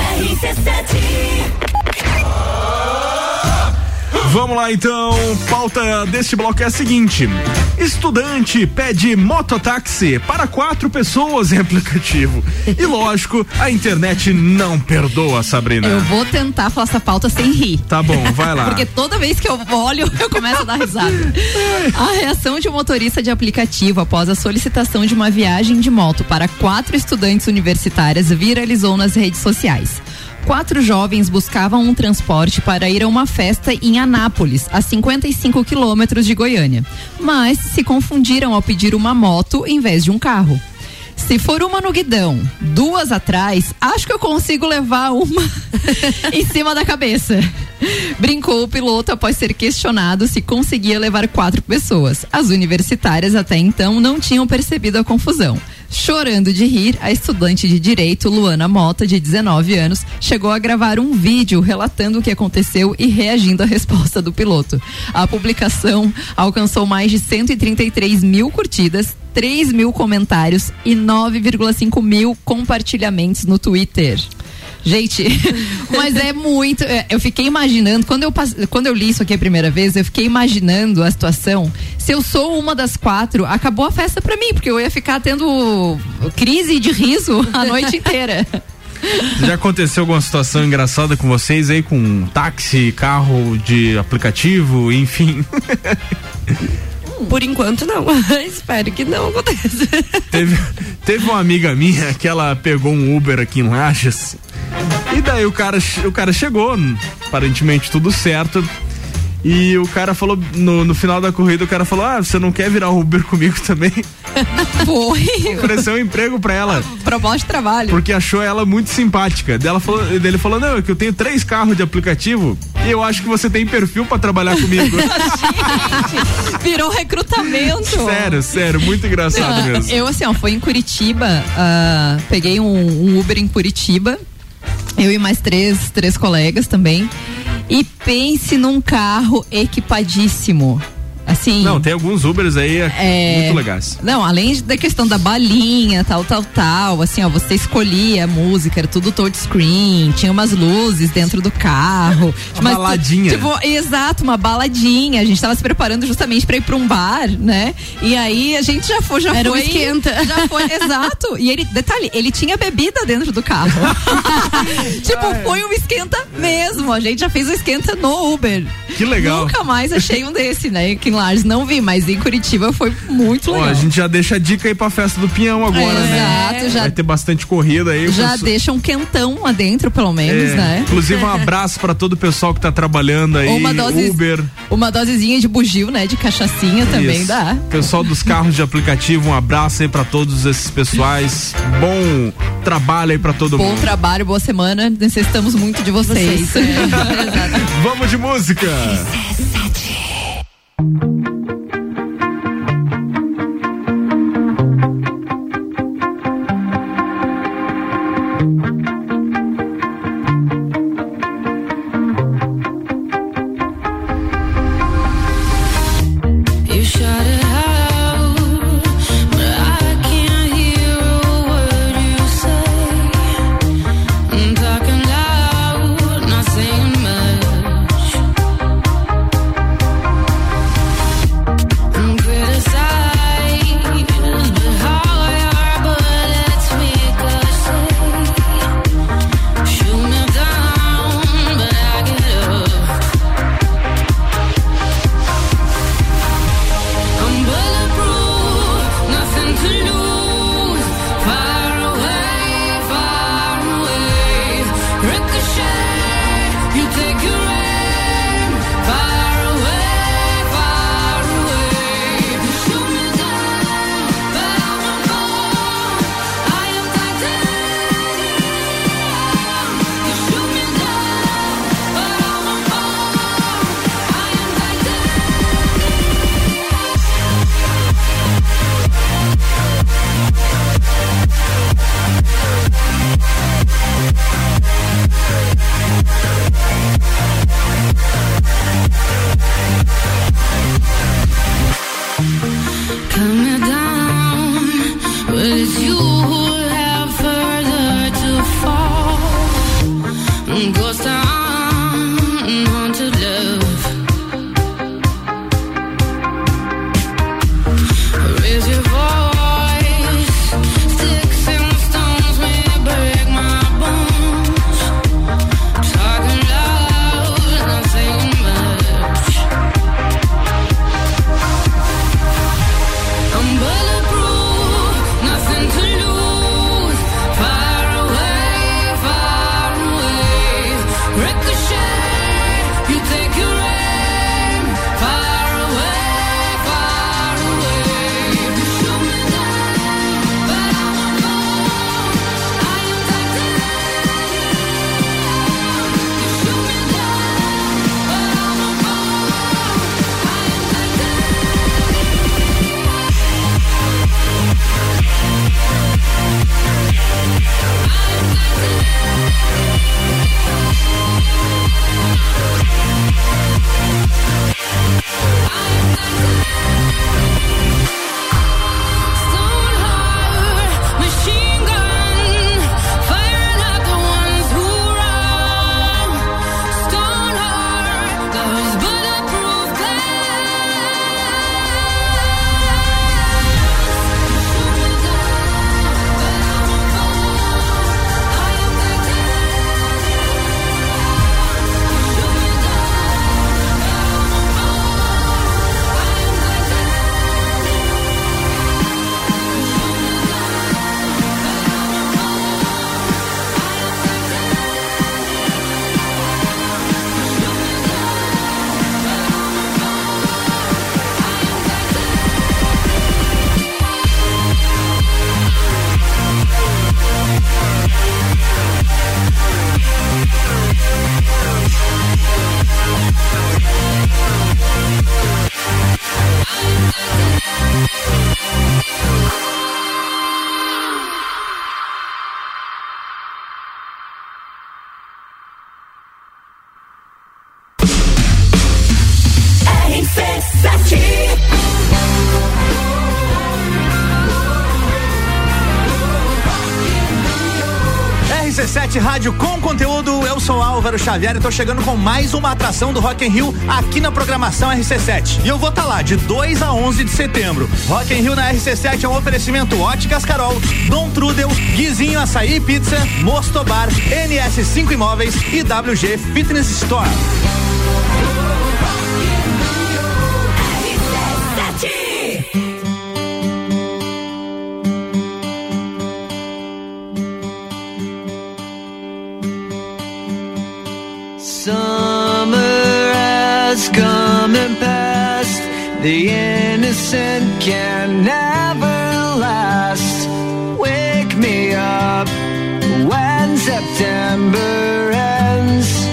Vamos lá então, pauta deste bloco é a seguinte: estudante pede mototáxi para quatro pessoas em aplicativo. E lógico, a internet não perdoa, Sabrina. Eu vou tentar falar essa pauta sem rir. Tá bom, vai lá. Porque toda vez que eu olho, eu começo a dar risada. A reação de um motorista de aplicativo após a solicitação de uma viagem de moto para quatro estudantes universitárias viralizou nas redes sociais. Quatro jovens buscavam um transporte para ir a uma festa em Anápolis, a cinquenta e cinco quilômetros de Goiânia, mas se confundiram ao pedir uma moto em vez de um carro. Se for uma no guidão, duas atrás, acho que eu consigo levar uma em cima da cabeça. Brincou o piloto após ser questionado se conseguia levar quatro pessoas. As universitárias até então não tinham percebido a confusão. Chorando de rir, a estudante de direito Luana Mota, de dezenove anos, chegou a gravar um vídeo relatando o que aconteceu e reagindo à resposta do piloto. A publicação alcançou mais de cento e trinta e três mil curtidas, três mil comentários e nove vírgula cinco mil compartilhamentos no Twitter. Gente, mas é muito. Eu fiquei imaginando, quando eu, quando eu li isso aqui a primeira vez, eu fiquei imaginando a situação. Se eu sou uma das quatro, acabou a festa pra mim, porque eu ia ficar tendo crise de riso a noite inteira. Já aconteceu alguma situação engraçada com vocês aí, com um táxi, carro de aplicativo, enfim? Por enquanto não, espero que não aconteça. Teve, teve uma amiga minha que ela pegou um Uber aqui em Lages, e daí o cara, o cara chegou, aparentemente tudo certo, E o cara falou, no, no final da corrida, o cara falou, ah, você não quer virar Uber comigo também? Foi. Ofereceu um emprego pra ela. Proposta de trabalho. Porque achou ela muito simpática. Daí ela falou, ele falou, não, é que eu tenho três carros de aplicativo e eu acho que você tem perfil pra trabalhar comigo. Gente, virou recrutamento. Sério, sério, muito engraçado não, mesmo. Eu, assim, ó, fui em Curitiba, uh, peguei um, um Uber em Curitiba, eu e mais três, três colegas também. E pense num carro equipadíssimo. Assim, não, tem alguns Ubers aí é, muito legais. Não, além da questão da balinha, tal, tal, tal, assim, ó, você escolhia a música, era tudo touchscreen, tinha umas luzes dentro do carro. Uma mas, baladinha. Tipo, exato, uma baladinha. A gente tava se preparando justamente pra ir pra um bar, né? E aí a gente já foi, já era foi. Um esquenta. Já foi, exato. E ele, detalhe, ele tinha bebida dentro do carro. Tipo, Ai. foi um esquenta mesmo. A gente já fez um esquenta no Uber. Que legal. Nunca mais achei um desse, né? Que Lages não vi, mas em Curitiba foi muito legal. Ó, a gente já deixa a dica aí pra festa do Pinhão agora, é, né? Exato, já. Vai ter bastante corrida aí. Já pessoal... deixa um quentão lá dentro, pelo menos, é, né? Inclusive um abraço pra todo o pessoal que tá trabalhando aí, uma dose, Uber. Uma dosezinha de bugio, né? De cachaçinha Isso. também dá. Pessoal dos carros de aplicativo, um abraço aí pra todos esses pessoais. Bom trabalho aí pra todo Bom mundo. Bom trabalho, boa semana. Necessitamos muito de vocês. vocês é. Vamos de música. sete. R C sete Rádio com conteúdo, eu sou Álvaro Xavier e tô chegando com mais uma atração do Rock in Rio aqui na programação R C sete. E eu vou estar tá lá de dois a onze de setembro. Rock in Rio na R C sete é um oferecimento Óticas Carol, Dom Trudel, Guizinho Açaí Pizza, Mostobar, N S cinco Imóveis e W G Fitness Store. Summer has come and passed. The innocent can never last. Wake me up when September ends.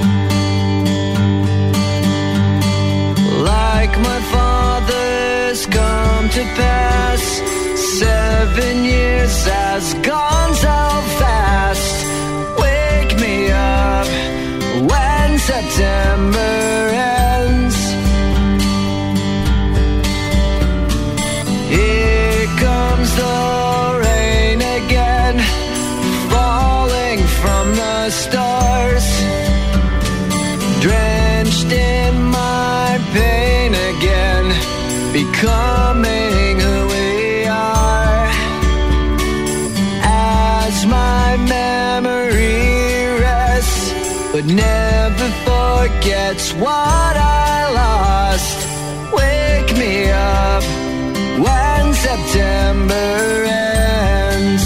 Like my father's come to pass. Seven years has gone so fast. Wake me up when September ends. Here comes the rain again, falling from the stars, drenched in my pain again, becoming who we are. As my memory rests, but never forgets what I lost. Wake me up when September ends.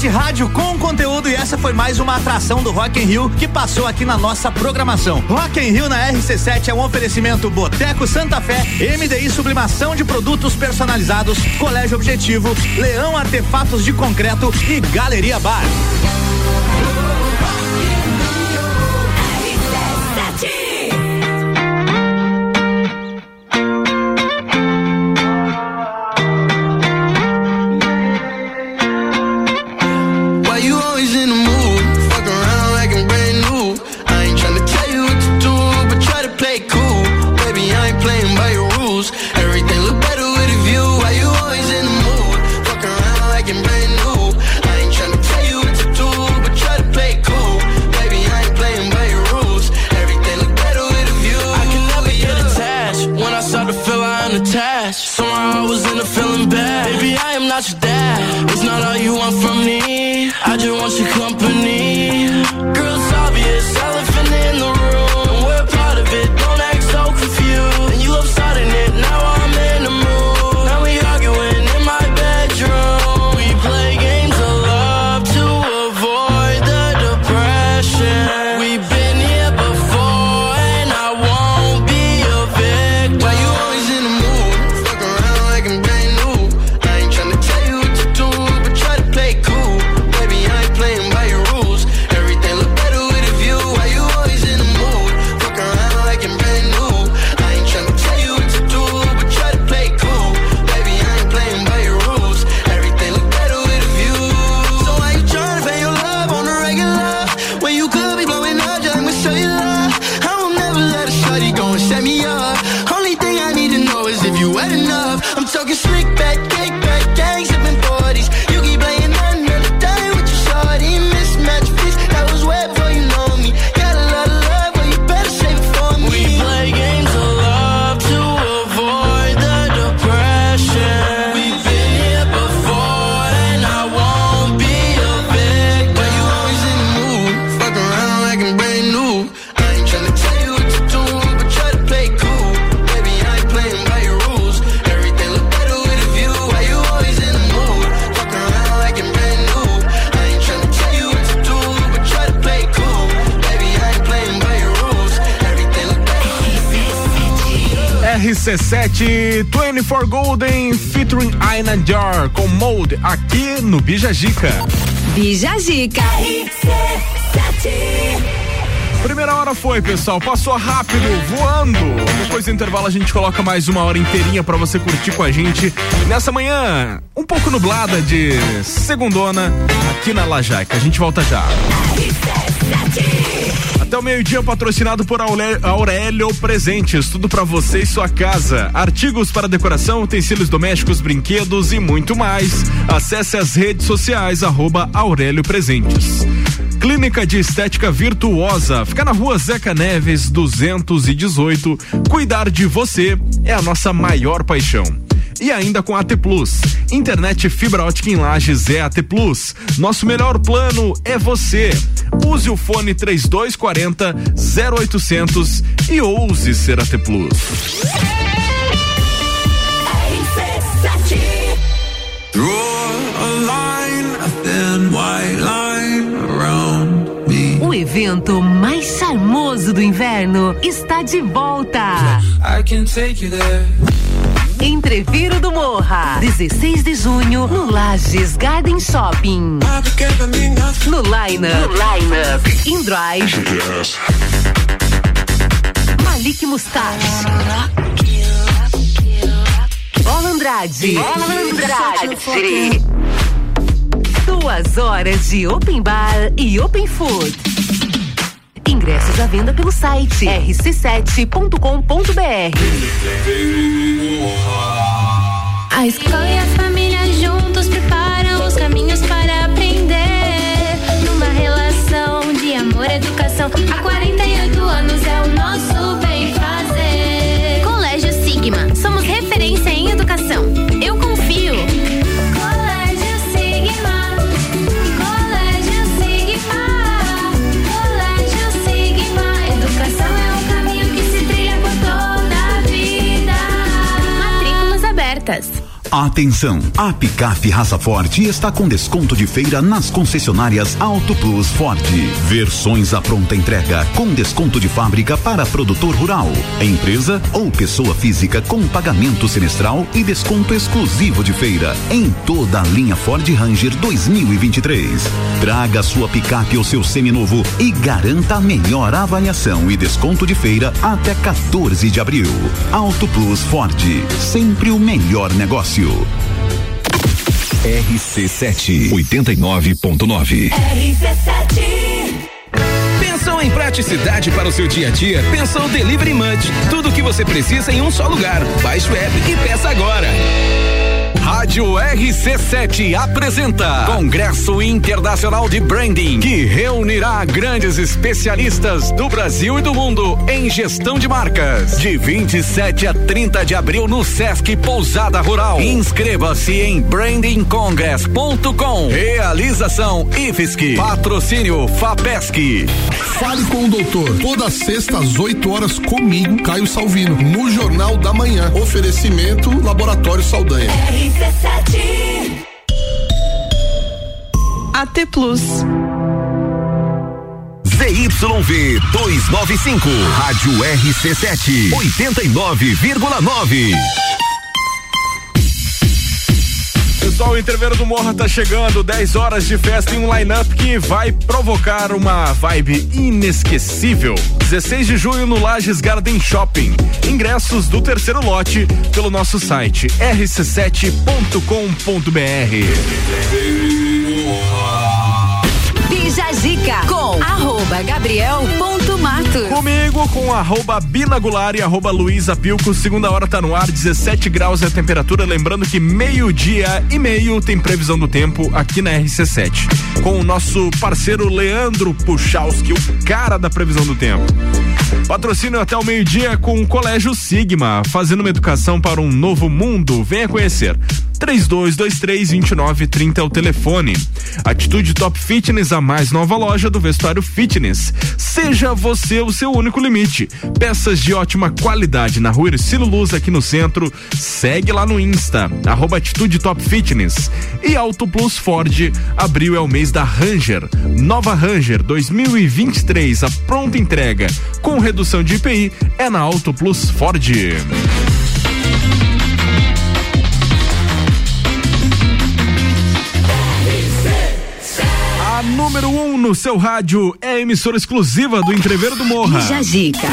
sete Rádio com conteúdo, e essa foi mais uma atração do Rock in Rio que passou aqui na nossa programação. Rock in Rio na R C sete é um oferecimento Boteco Santa Fé, M D I Sublimação de Produtos Personalizados, Colégio Objetivo, Leão Artefatos de Concreto e Galeria Bar. R C sete vinte e quatro Golden featuring Aina Jar com Mold aqui no Bijagica. Bijagica. Primeira hora foi, pessoal, passou rápido, voando. Depois do intervalo a gente coloca mais uma hora inteirinha pra você curtir com a gente nessa manhã um pouco nublada de segundona aqui na Lajaica. A gente volta já. Até o meio-dia, patrocinado por Aurélio Presentes, tudo pra você e sua casa, artigos para decoração, utensílios domésticos, brinquedos e muito mais. Acesse as redes sociais, arroba Aurélio Presentes. Clínica de Estética Virtuosa, fica na rua Zeca Neves duzentos e dezoito. Cuidar de você é a nossa maior paixão. E ainda com A T Plus, internet fibra ótica em Lages é A T Plus. Nosso melhor plano é você. Use o fone trinta e dois quarenta, zero oitocentos e ouse ser A T Plus. O evento mais charmoso do inverno está de volta. Entreviro do Morra, dezesseis de junho, no Lages Garden Shopping. No Line-Up, no line-up. In Drive, Malik Mustache, Bola Andrade, Bola Andrade. Duas horas de Open Bar e Open Food. Ingressos à venda pelo site r c sete ponto com ponto b r. A escola e a família juntos preparam os caminhos para aprender. Numa relação de amor e educação, há quarenta e oito anos é o nosso bem fazer. Colégio Sigma, somos referência em educação. Eu confio. Colégio Sigma, Colégio Sigma, Colégio Sigma. Educação é um caminho que se trilha por toda a vida. Matrículas abertas. Atenção, a picape raça forte está com desconto de feira nas concessionárias Auto Plus Ford. Versões à pronta entrega com desconto de fábrica para produtor rural, empresa ou pessoa física com pagamento semestral e desconto exclusivo de feira em toda a linha Ford Ranger dois mil e vinte e três. Traga sua picape ou seu seminovo e garanta a melhor avaliação e desconto de feira até quatorze de abril. Auto Plus Ford, sempre o melhor negócio. R C sete oitenta e nove ponto nove. R C sete. Pensou em praticidade para o seu dia a dia? Pensou Delivery Munch. Tudo o que você precisa em um só lugar. Baixe o app e peça agora. Rádio R C sete apresenta Congresso Internacional de Branding, que reunirá grandes especialistas do Brasil e do mundo em gestão de marcas. De vinte e sete a trinta de abril no Sesc Pousada Rural. Inscreva-se em branding congress ponto com. Realização I F S C. Patrocínio FAPESC. Fale com o doutor. Toda sexta às oito horas comigo, Caio Salvino, no Jornal da Manhã. Oferecimento Laboratório Saldanha. R C sete. A T Plus. Z Y V duzentos e noventa e cinco, Rádio R C sete, oitenta e nove vírgula nove. Pessoal, o Entreveiro do Morra tá chegando, dez horas de festa em um line-up que vai provocar uma vibe inesquecível. dezesseis de junho no Lages Garden Shopping. Ingressos do terceiro lote pelo nosso site r c sete ponto com ponto b r. Bija Zica com arroba Gabriel ponto Matos. Comigo com arroba Bina Goulart e arroba Luísa Pilco. Segunda hora tá no ar, dezessete graus é a temperatura. Lembrando que meio-dia e meio tem previsão do tempo aqui na R C sete. Com o nosso parceiro Leandro Puchalski, o cara da previsão do tempo. Patrocínio até o meio-dia com o Colégio Sigma, fazendo uma educação para um novo mundo. Venha conhecer. três dois dois três, dois nove três zero é o telefone. Atitude Top Fitness, a mais nova loja do vestuário fitness. Seja você o seu único limite. Peças de ótima qualidade na rua Ercílio Luz, aqui no centro. Segue lá no Insta, arroba Atitude Top Fitness. E Auto Plus Ford, abril é o mês da Ranger. Nova Ranger dois mil e vinte e três, a pronta entrega com redução de I P I é na Auto Plus Ford. A número um no seu rádio é a emissora exclusiva do Entreveiro do Morra. Jajica.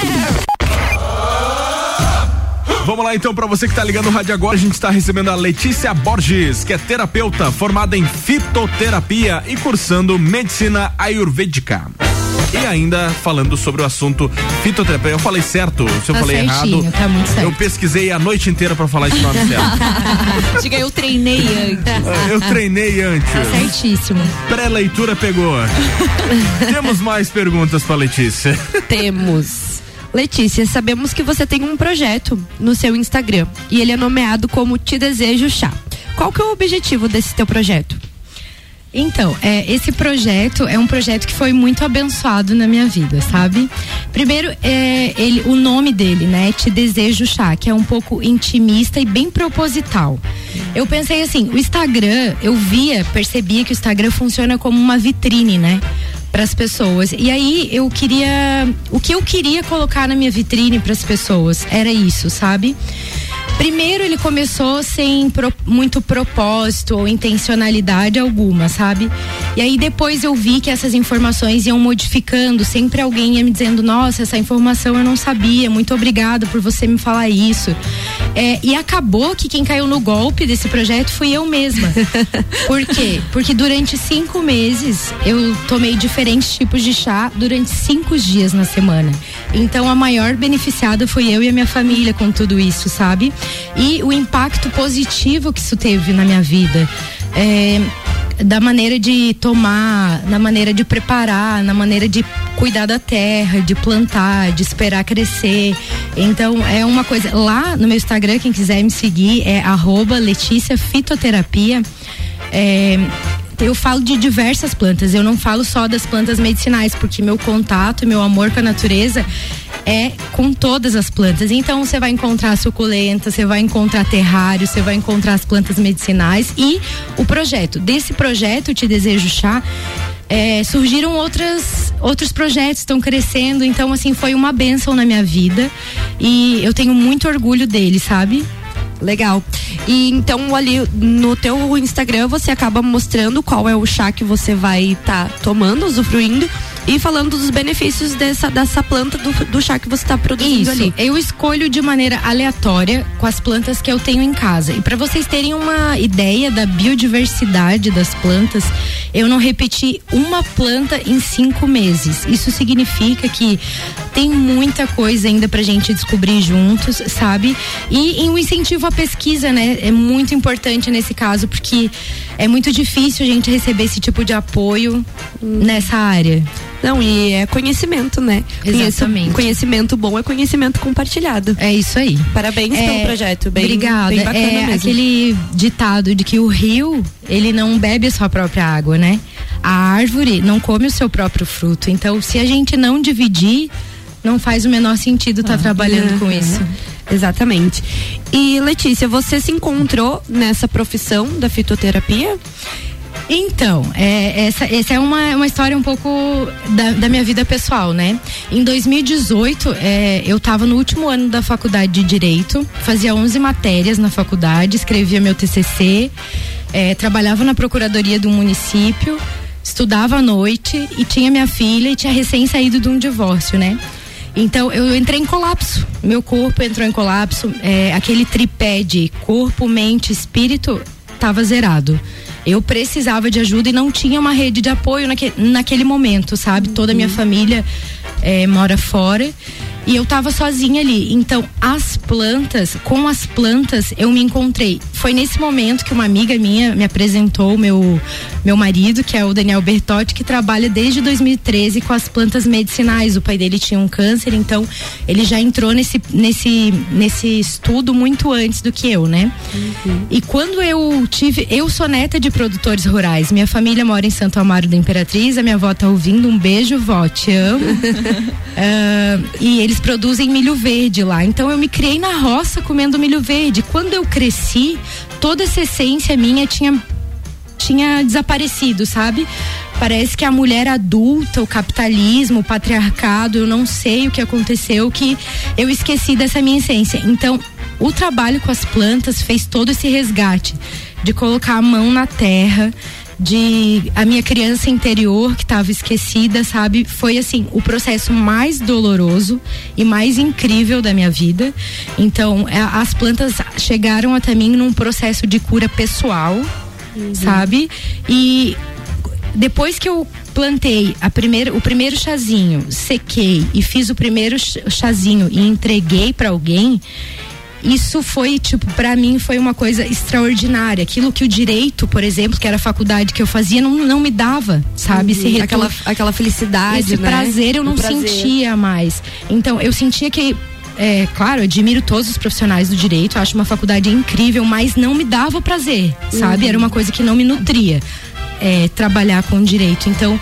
Vamos lá então, para você que tá ligando o rádio agora, a gente está recebendo a Letícia Borges, que é terapeuta formada em fitoterapia e cursando medicina ayurvédica. E ainda falando sobre o assunto fitoterapia. Eu falei certo? Se eu tá falei certinho, errado, tá muito certo. eu pesquisei a noite inteira pra falar esse nome certo. Diga, eu treinei antes. Eu treinei antes. Tá certíssimo. Pré-leitura pegou. Temos mais perguntas pra Letícia? Temos. Letícia, sabemos que você tem um projeto no seu Instagram e ele é nomeado como Te Desejo Chá. Qual que é o objetivo desse teu projeto? Então, é, esse projeto é um projeto que foi muito abençoado na minha vida, sabe? Primeiro, é, ele, o nome dele, né? Te Desejo Chá, que é um pouco intimista e bem proposital. Eu pensei assim, o Instagram, eu via, percebia que o Instagram funciona como uma vitrine, né? Para as pessoas. E aí eu queria, o que eu queria colocar na minha vitrine para as pessoas era isso, sabe? Primeiro ele começou sem pro, muito propósito ou intencionalidade alguma, sabe? E aí depois eu vi que essas informações iam modificando, sempre alguém ia me dizendo, nossa, essa informação eu não sabia, muito obrigada por você me falar isso. É, e acabou que quem caiu no golpe desse projeto fui eu mesma. Por quê? Porque durante cinco meses eu tomei diferentes tipos de chá durante cinco dias na semana. Então a maior beneficiada fui eu e a minha família com tudo isso, sabe? E o impacto positivo que isso teve na minha vida, é, da maneira de tomar, na maneira de preparar, na maneira de cuidar da terra, de plantar, de esperar crescer. Então é uma coisa, lá no meu Instagram, quem quiser me seguir é arroba Letícia Fitoterapia. É, eu falo de diversas plantas, eu não falo só das plantas medicinais, porque meu contato, meu amor com a natureza é com todas as plantas. Então você vai encontrar suculenta, você vai encontrar terrário, você vai encontrar as plantas medicinais e o projeto. Desse projeto, Te Desejo Chá, é, surgiram outras, outros projetos, estão crescendo, então assim, foi uma bênção na minha vida e eu tenho muito orgulho dele, sabe? Legal. E então ali no teu Instagram você acaba mostrando qual é o chá que você vai estar tá tomando, usufruindo e falando dos benefícios dessa, dessa planta do, do chá que você está produzindo. Isso, ali. Eu escolho de maneira aleatória com as plantas que eu tenho em casa. E para vocês terem uma ideia da biodiversidade das plantas, eu não repeti uma planta em cinco meses. Isso significa que tem muita coisa ainda pra gente descobrir juntos, sabe? E, e um incentivo à pesquisa, né? É muito importante nesse caso, porque é muito difícil a gente receber esse tipo de apoio hum. nessa área. Não, e é conhecimento, né? Exatamente. Conhecimento bom é conhecimento compartilhado. É isso aí. Parabéns é, pelo projeto, bem, obrigada. bem bacana é mesmo. Aquele ditado de que o rio, ele não bebe a sua própria água, né? A árvore não come o seu próprio fruto. Então, se a gente não dividir, não faz o menor sentido estar tá ah, trabalhando é, com isso. Exatamente. E Letícia, você se encontrou nessa profissão da fitoterapia? Então, é, essa, essa é uma, uma história um pouco da, da minha vida pessoal, né? Em dois mil e dezoito, é, eu estava no último ano da faculdade de Direito, fazia onze matérias na faculdade, escrevia meu T C C, é, trabalhava na procuradoria do município, estudava à noite e tinha minha filha e tinha recém saído de um divórcio, né? Então eu entrei em colapso, meu corpo entrou em colapso, é, aquele tripé de corpo, mente, espírito estava zerado. Eu precisava de ajuda e não tinha uma rede de apoio naque, naquele momento, sabe? Toda a minha família é, mora fora e eu tava sozinha ali. Então, as plantas, com as plantas, eu me encontrei. Foi nesse momento que uma amiga minha me apresentou meu, meu marido, que é o Daniel Bertotti, que trabalha desde dois mil e treze com as plantas medicinais. O pai dele tinha um câncer, então ele já entrou nesse, nesse, nesse estudo muito antes do que eu, né? Uhum. E quando eu tive, eu sou neta de produtores rurais. Minha família mora em Santo Amaro da Imperatriz, a minha avó tá ouvindo, um beijo, vó, te amo. uh, e eles produzem milho verde lá, então eu me criei na roça comendo milho verde. Quando eu cresci, toda essa essência minha tinha tinha desaparecido, sabe? Parece que a mulher adulta, o capitalismo, o patriarcado, eu não sei o que aconteceu, que eu esqueci dessa minha essência. Então, o trabalho com as plantas fez todo esse resgate de colocar a mão na terra, de a minha criança interior que estava esquecida, sabe? Foi assim, o processo mais doloroso e mais incrível da minha vida. Então, a, as plantas chegaram até mim num processo de cura pessoal, uhum. sabe? E depois que eu plantei a primeira, o primeiro chazinho, sequei e fiz o primeiro chazinho e entreguei para alguém, isso foi, tipo, pra mim foi uma coisa extraordinária. Aquilo que o direito, por exemplo, que era a faculdade que eu fazia, não, não me dava, sabe? Uhum. Esse aquela, aquela felicidade, esse né? prazer eu não sentia mais. Então, eu sentia que, é, claro, eu admiro todos os profissionais do direito, acho uma faculdade incrível, mas não me dava prazer, sabe? Uhum. Era uma coisa que não me nutria, é, trabalhar com direito. Então,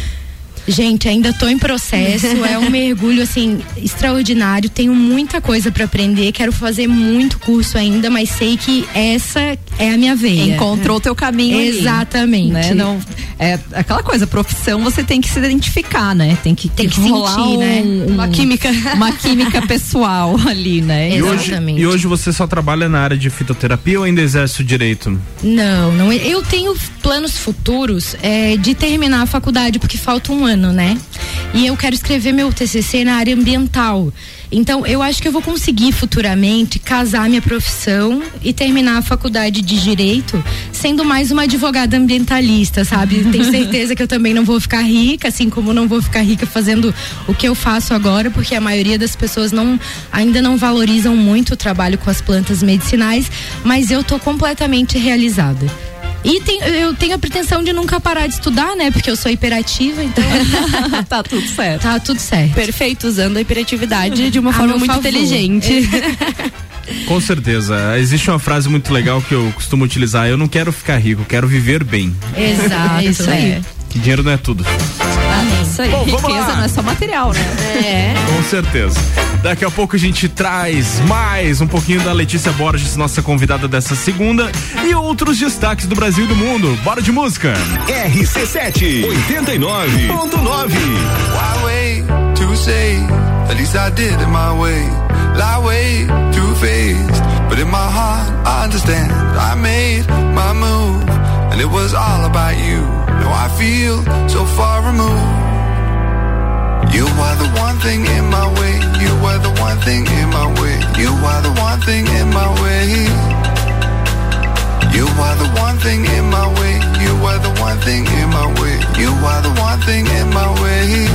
gente, ainda tô em processo, é um mergulho assim extraordinário, tenho muita coisa para aprender, quero fazer muito curso ainda, mas sei que essa é a minha veia. Encontrou o teu caminho. Exatamente. Ali, né? Não, é aquela coisa, profissão você tem que se identificar, né? Tem que, tem que rolar sentir, um, né? Um, uma química, uma química pessoal ali, né? E Exatamente. Hoje, e hoje você só trabalha na área de fitoterapia ou ainda exerce o direito? Não, não. Eu tenho planos futuros é, de terminar a faculdade porque falta um ano, né? E eu quero escrever meu T C C na área ambiental. Então, eu acho que eu vou conseguir futuramente casar minha profissão e terminar a faculdade de Direito sendo mais uma advogada ambientalista, sabe? Tenho certeza que eu também não vou ficar rica, assim como não vou ficar rica fazendo o que eu faço agora, porque a maioria das pessoas não, ainda não valorizam muito o trabalho com as plantas medicinais, mas eu tô completamente realizada. E tem, eu tenho a pretensão de nunca parar de estudar, né? Porque eu sou hiperativa, então tá tudo certo. Tá tudo certo. Perfeito, usando a hiperatividade de uma a forma muito favor. inteligente. Com certeza. Existe uma frase muito legal que eu costumo utilizar: eu não quero ficar rico, quero viver bem. Exato, isso aí. Que dinheiro não é tudo. Ah, isso aí. Bom, riqueza não é só material, né? É. Com certeza. Daqui a pouco a gente traz mais um pouquinho da Letícia Borges, nossa convidada dessa segunda, e outros destaques do Brasil e do mundo. Bora de música. R C sete oitenta e nove ponto nove. Why wait to say? At least I did it my way. Lie way too faced, but in my heart I understand. I made my move, and it was all about you. Now I feel so far removed. You are the one thing in my way. You are the one thing in my way. You are the one thing in my way. You are the one thing in my way. You are the one thing in my way. You are the one thing in my way.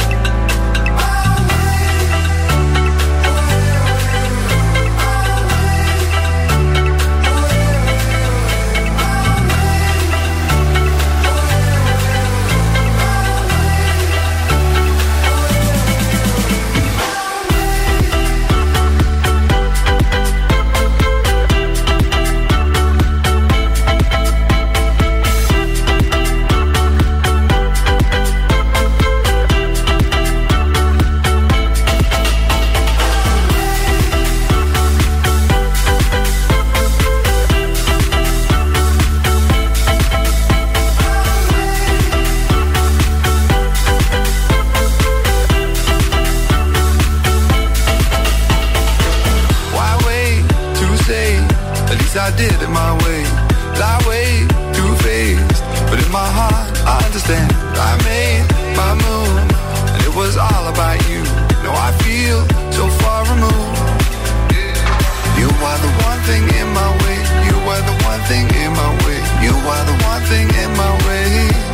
I did it my way. Lie way too faced, but in my heart I understand. I made my move, and it was all about you. Now I feel so far removed. You are the one thing in my way. You are the one thing in my way. You are the one thing in my way.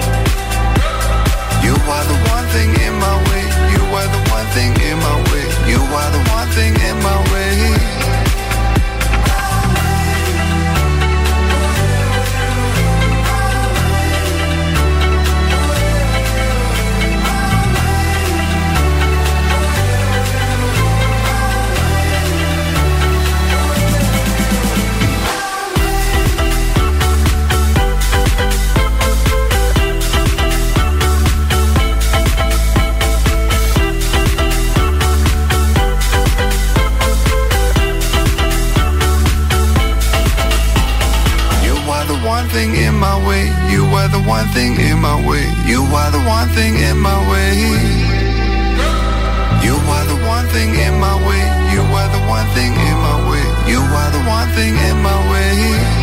You are the one thing in my way. You are the one thing in my way. You are the one thing in my way. One thing in my way, you are the one thing in my way. You are the one thing in my way. You are the one thing in my way. You are the one thing in my way. You are the one thing in my way.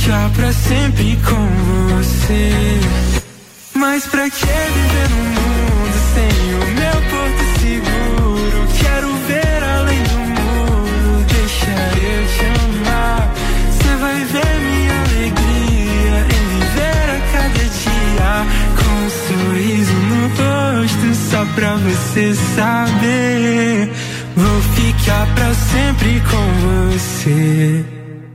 ficar pra sempre com você. Mas pra que viver num mundo sem o meu porto seguro? Quero ver além do muro, deixa eu te amar. Cê vai ver minha alegria em viver a cada dia com um sorriso no rosto, só pra você saber. Vou ficar pra sempre com você.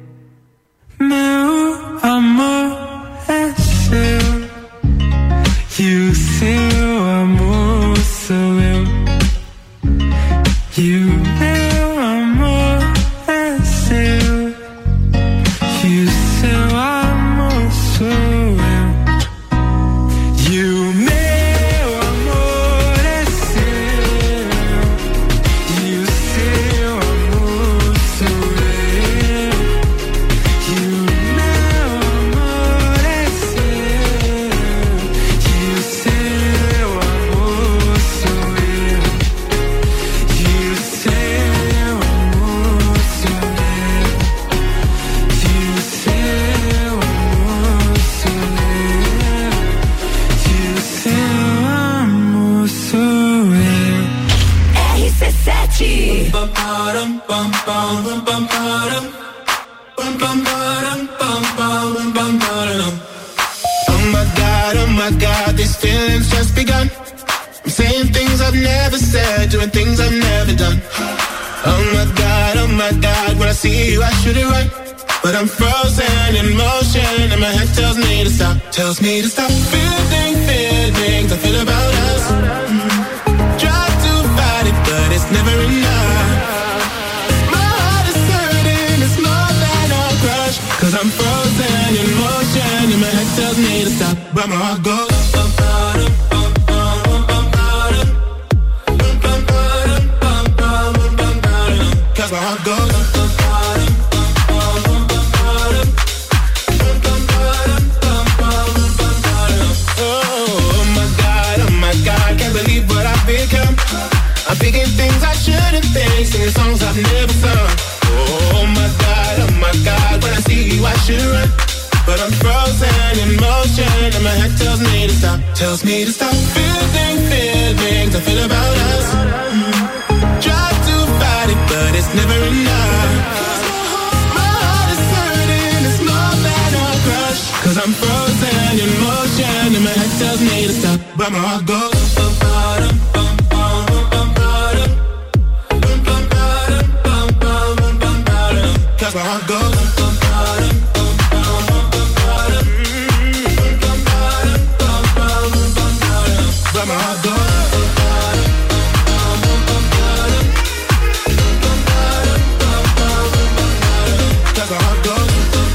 Meu amor é seu e o seu amor sou eu. E o meu amor é seu e o seu amor sou eu. E o meu amor é seu e o seu amor sou eu. E o meu amor é seu e o seu amor sou eu. E o seu amor sou eu. E o seu amor sou eu. E o seu amor sou eu. R C sete. Oh my God, oh my God, these feelings just begun. I'm saying things I've never said, doing things I've never done. Oh my God, oh my God, when I see you I should it right, but I'm frozen in motion and my head tells me to stop, tells me to stop. Feeling feelings I feel about us. Mm. Try to fight it, but it's never enough. My heart is hurting, it's more than a crush, 'cause I'm frozen in motion and my head tells me to stop, but my heart goes. Cause my heart goes. Oh my God, oh my God, can't believe what I've become. I'm thinking things I shouldn't think, singing songs I've never sung. Oh my God, oh my God, when I see you I should run, but I'm frozen in motion and my head tells me to stop, tells me to stop. Feeling feelings I feel about us. Mm. Try to fight it, but it's never enough. My heart is hurting, it's more than a crush, 'cause I'm frozen in motion and my head tells me to stop, but my heart goes. Cause my heart goes. But my heart goes. Cause my heart goes.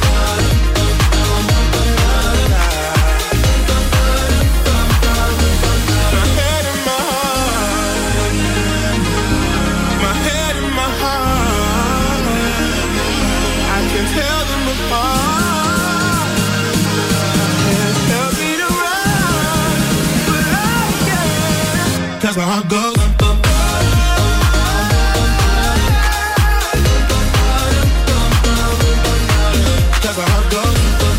My head and my heart. My head and my heart. I can tell them apart. Can't help me to run, but I can. Cause my heart goes. Cause my heart goes.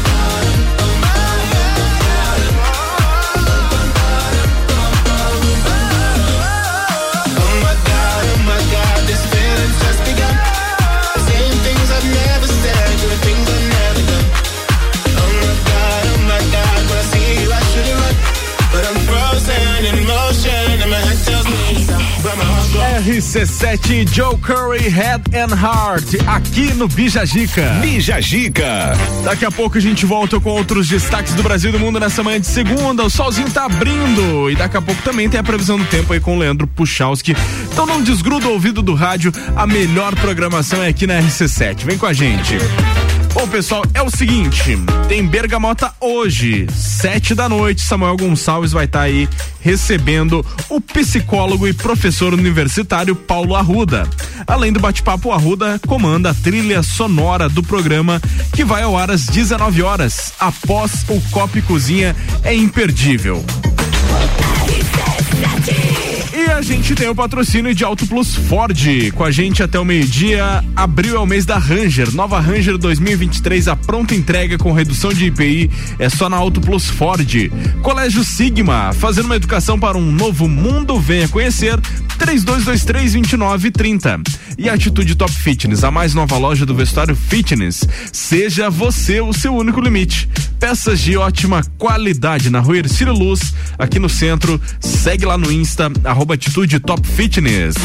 Oh my God, oh my God, this feeling's just begun. Saying things I've never said, doing things I've never done. Oh my God, oh my God, when I see you I should've run, but I'm frozen in motion and my head tells me to stop, but my heart goes. R C sete, Joe Curry, Head and Heart, aqui no Bija Gica. Bija Gica. Daqui a pouco a gente volta com outros destaques do Brasil e do mundo nessa manhã de segunda. O solzinho tá abrindo e daqui a pouco também tem a previsão do tempo aí com o Leandro Puchalski. Então não desgruda o ouvido do rádio, a melhor programação é aqui na R C sete. Vem com a gente. Bom, pessoal, é o seguinte, tem Bergamota hoje, sete da noite, Samuel Gonçalves vai estar tá aí recebendo o psicólogo e professor universitário Paulo Arruda. Além do bate-papo, Arruda comanda a trilha sonora do programa, que vai ao ar às dezenove horas, após o Copa e Cozinha, é imperdível. E a gente tem o patrocínio de Auto Plus Ford. Com a gente até o meio-dia. Abril é o mês da Ranger. Nova Ranger dois mil e vinte e três, a pronta entrega com redução de I P I é só na Auto Plus Ford. Colégio Sigma, fazendo uma educação para um novo mundo. Venha conhecer. três dois dois três, dois nove três zero. E Atitude Top Fitness, a mais nova loja do vestuário fitness. Seja você o seu único limite. Peças de ótima qualidade na Rua Ercílio Luz, aqui no centro. Segue lá no Insta, arroba Atitude Top Fitness.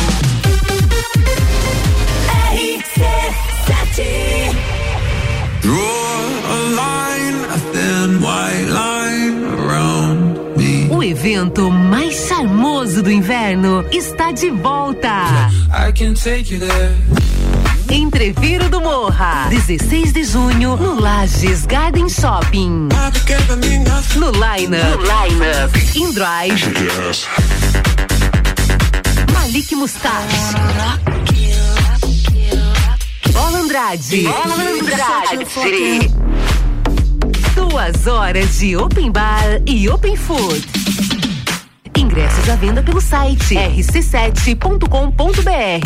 R C sete. O evento mais charmoso do inverno está de volta. Entreviro do Morra, dezesseis de junho, no Lages Garden Shopping. No Line-Up, no Line-Up, In Drive, Malik Mustache, Bola Andrade, Bola Andrade. Duas horas de Open Bar e Open Food. Ingressos à venda pelo site r c sete ponto com ponto b r.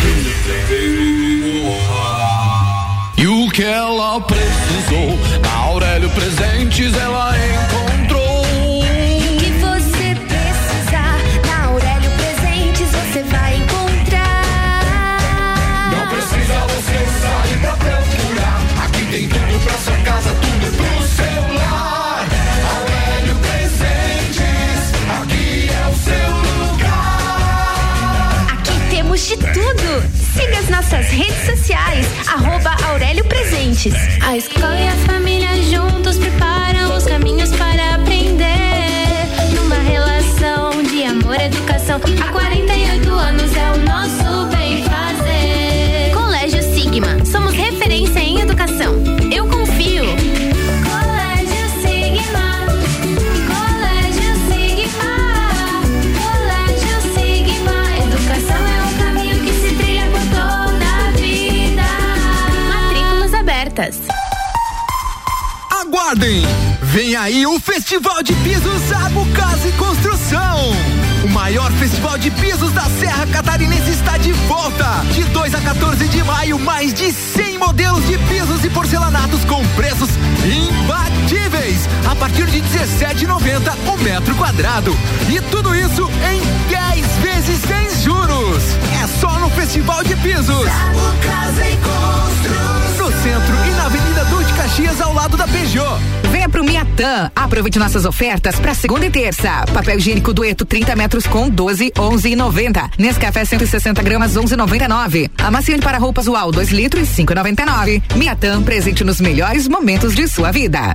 E o que ela precisou, na Aurélio Presentes ela encontrou. E o que você precisar, na Aurélio Presentes você vai encontrar. Não precisa você sair pra procurar, aqui tem tudo pra sua casa, tudo pro seu lar. Aurélio Presentes, aqui é o seu lugar. Aqui temos de tudo. Siga as nossas redes sociais, arroba Aurélio Presentes. A escola e a família juntos preparam os caminhos para aprender. Numa relação de amor e educação, há quarenta e oito anos é o nosso bem fazer. Colégio Sigma, somos referência em educação. Eu confio. Colégio Sigma, Colégio Sigma, Colégio Sigma. Educação é um caminho que se trilha por toda a vida. Matrículas abertas. Aguardem! Vem aí o Festival de Pisos Zago Casa e Construção. O maior festival de pisos da Serra Catarinense está de volta. De dois a quatorze de maio, mais de cem modelos de pisos e porcelanatos com preços imbatíveis. A partir de dezessete reais e noventa centavos o metro quadrado. E tudo isso em dez vezes sem juros. É só no Festival de Pisos. Zago Casa e Construção. No centro e na Avenida Duque Caxias, ao lado da Peugeot. Venha pro Miatã. Aproveite nossas ofertas para segunda e terça. Papel higiênico Dueto trinta metros com doze, onze e noventa. Nescafé cento e sessenta gramas, onze e noventa e nove. Amaciante para roupas UAL dois litros, cinco e noventa e nove. Miatã, presente nos melhores momentos de sua vida.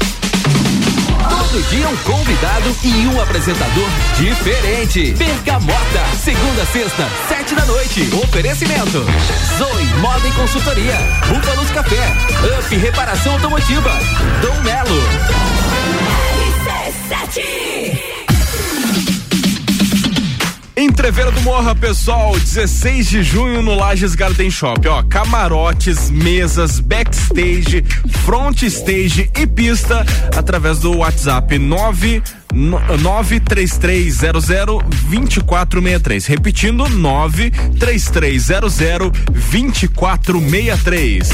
Todo dia um convidado e um apresentador diferente. Bergamota, segunda a sexta, sete da noite. Oferecimento Zoe Moda e Consultoria, Búfalos Café, Up Reparação Automotiva, Dom Melo. R C sete. Entreveiro do Morra, pessoal, dezesseis de junho no Lages Garden Shop, ó, camarotes, mesas, backstage, front stage e pista, através do WhatsApp nove nove três três zero zero dois quatro seis três, repetindo nove três três zero zero dois quatro seis três.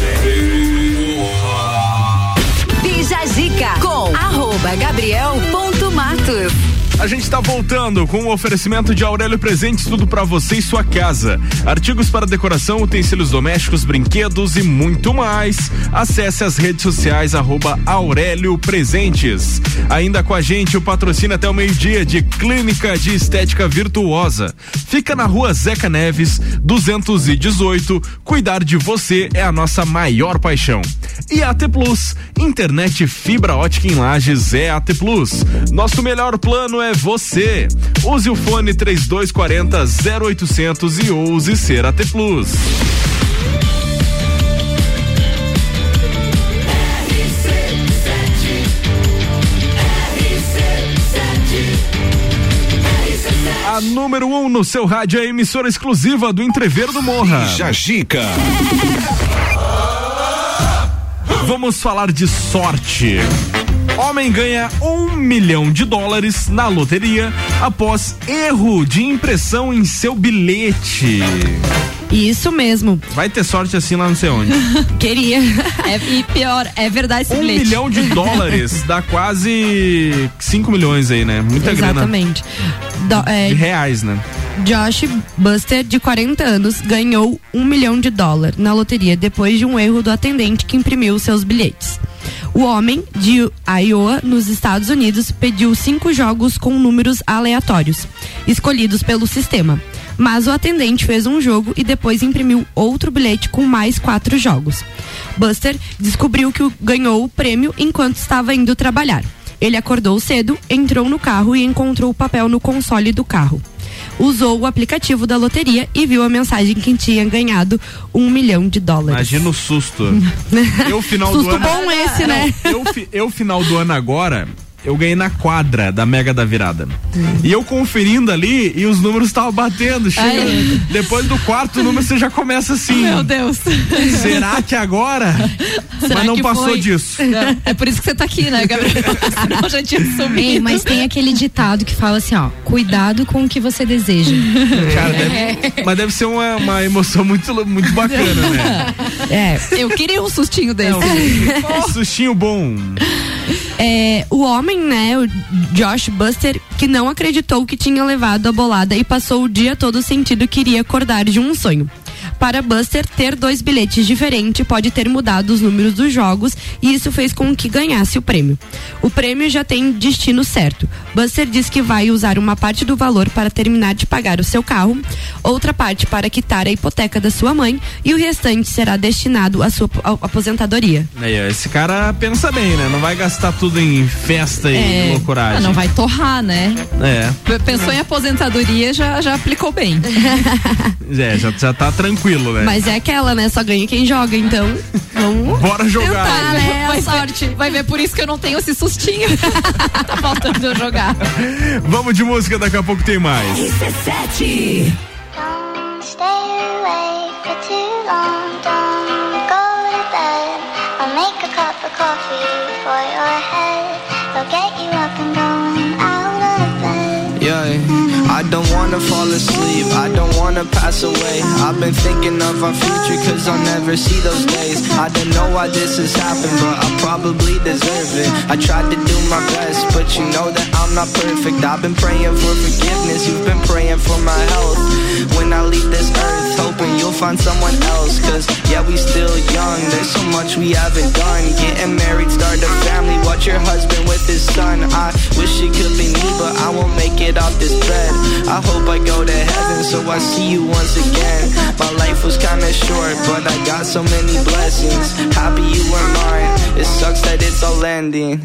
Bija Zica com arroba Gabriel ponto Matos. A gente está voltando com o oferecimento de Aurélio Presentes, tudo para você e sua casa. Artigos para decoração, utensílios domésticos, brinquedos e muito mais. Acesse as redes sociais, arroba Aurélio Presentes. Ainda com a gente, o patrocínio até o meio-dia de Clínica de Estética Virtuosa. Fica na rua Zeca Neves, duzentos e dezoito. Cuidar de você é a nossa maior paixão. E A T Plus, internet fibra ótica em Lages é A T Plus. Nosso melhor plano é você. Use o fone três dois quatro zero zero oitocentos e ouse ser A T Plus. A número um no seu rádio é a emissora exclusiva do Entreveiro do Morra. Jajica. Vamos falar de sorte. Homem ganha um milhão de dólares na loteria após erro de impressão em seu bilhete. Isso mesmo. Vai ter sorte assim lá não sei onde. Queria. É, e pior, é verdade esse um bilhete. Um milhão de dólares dá quase cinco milhões aí, né? Muita Exatamente. grana. Do, é, de reais, né? Josh Buster, de quarenta anos, ganhou um milhão de dólares na loteria depois de um erro do atendente que imprimiu seus bilhetes. O homem, de Iowa, nos Estados Unidos, pediu cinco jogos com números aleatórios, escolhidos pelo sistema. Mas o atendente fez um jogo e depois imprimiu outro bilhete com mais quatro jogos. Buster descobriu que ganhou o prêmio enquanto estava indo trabalhar. Ele acordou cedo, entrou no carro e encontrou o papel no console do carro. Usou o aplicativo da loteria e viu a mensagem que tinha ganhado um milhão de dólares. Imagina o susto. Eu final susto do ano. Bom esse, né? Eu, eu final do ano agora. Eu ganhei na quadra da Mega da Virada. Hum. E eu conferindo ali e os números estavam batendo. Chega, depois do quarto número você já começa assim. Meu Deus. Será que agora? Será mas não que passou foi? disso. É, é por isso que você tá aqui, né, Gabriel? Senão já tinha sumido. Ei, mas tem aquele ditado que fala assim, ó, cuidado com o que você deseja. Cara, deve, mas deve ser uma, uma emoção muito, muito bacana, né? É. Eu queria um sustinho desse. É, um sustinho bom. É, o homem, né, o Josh Buster, que não acreditou que tinha levado a bolada e passou o dia todo sentindo que iria acordar de um sonho. Para Buster, ter dois bilhetes diferentes pode ter mudado os números dos jogos e isso fez com que ganhasse o prêmio. O prêmio já tem destino certo. Buster diz que vai usar uma parte do valor para terminar de pagar o seu carro, outra parte para quitar a hipoteca da sua mãe e o restante será destinado à sua aposentadoria. Esse cara pensa bem, né? Não vai gastar tudo em festa é, e loucuragem. Não vai torrar, né? É. Pensou em aposentadoria, já, já aplicou bem. É, já, já tá tranquilo, né? Mas é aquela, né? Só ganha quem joga, então vamos. Bora jogar. Tentar, né? Vai, sorte. Vai ver por isso que eu não tenho esse sustinho. Tá faltando eu jogar. Vamos de música, daqui a pouco tem mais. R C sete. Don't stay awake for too long. Don't go to bed. I'll make a cup of coffee for your head. They'll get you up and going out of bed. Yeah. I don't wanna fall asleep, I don't wanna pass away. I've been thinking of our future cause I'll never see those days. I don't know why this has happened but I probably deserve it. I tried to do my best but you know that I'm not perfect. I've been praying for forgiveness, you've been praying for my health. When I leave this earth, hoping you'll find someone else. Cause yeah, we still young, there's so much we haven't done. Getting married, start a family, watch your husband with his son. I wish it could be me but I won't make it off this bed. I hope I go to heaven so I see you once again. My life was kinda short but I got so many blessings. Happy you were mine, it sucks that it's all ending.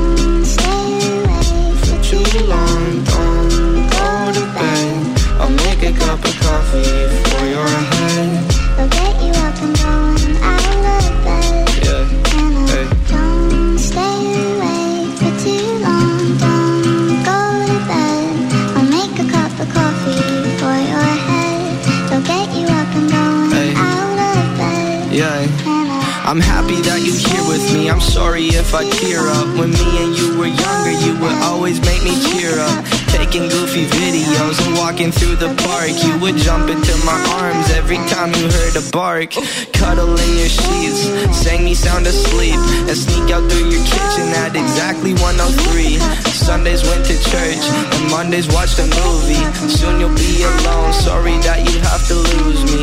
For too long, don't go to bed. I'll make a cup of coffee for your head. They'll get you up and going out of bed. Yeah, hey. Don't stay awake for too long. Don't go to bed. I'll make a cup of coffee for your head. They'll get you up and going Hey. out of bed. Yeah. I'm happy that you're here with me. I'm sorry if I tear up. When me and you were younger, you would always make me cheer up. Taking goofy videos and walking through the park. You would jump into my arms every time you heard a bark. Cuddle in your sheets, sang me sound asleep, and sneak out through your kitchen at exactly one oh three. Sundays went to church, and Mondays watched a movie. Soon you'll be alone, sorry that you have to lose me.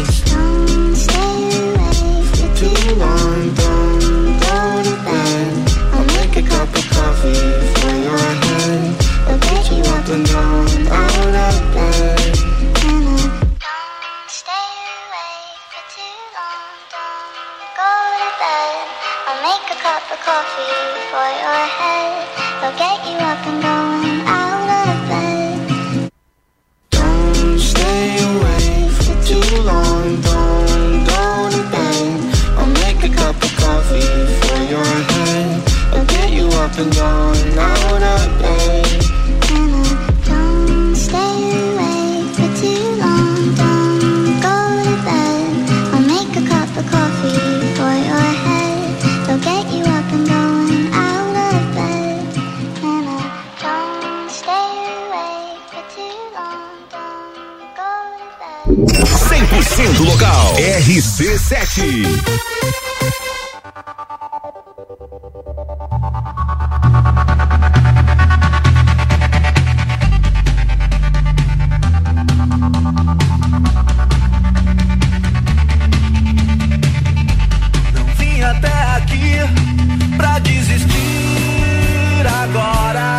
Too long, don't go to bed. I'll make a cup of coffee for your head. I'll get you up and down, out of bed. Don't stay awake for too long. Don't go to bed. I'll make a cup of coffee for your head. They'll get you up and going out of bed. Don't stay awake for too long, don't go to bed. I'll make a cup of coffee for your head. I'll get you up and down, out of bed. Don't stay awake for too long. Don't go to bed. I'll make a cup of coffee for your head. They'll get you up and going out of bed. R C sete. Não vim até aqui pra desistir agora.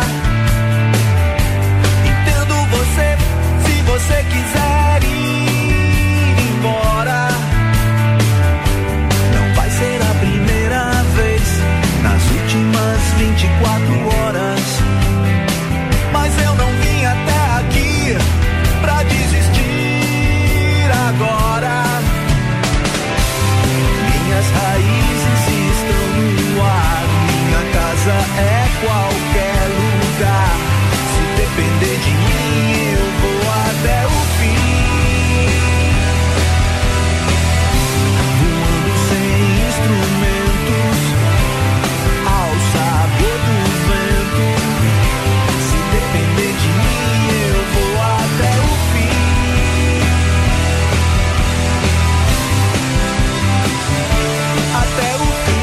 Entendo você, se você quiser ir embora. Não vai ser a primeira vez nas últimas vinte e quatro horas. Mas eu não vim até aqui pra desistir agora. Minhas raízes estão no ar. Minha casa é qualquer lugar. Se depender de mim, eu vou até o fim. Voando sem instrumentos, ao sabor do vento. Se depender de mim, eu vou até o fim. Até o fim.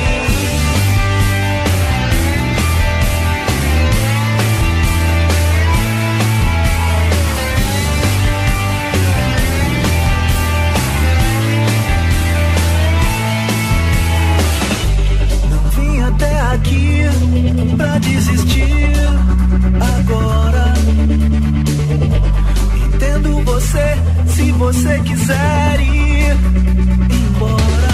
Não vim até aqui pra desistir agora. Entendo você, se você quiser ir embora.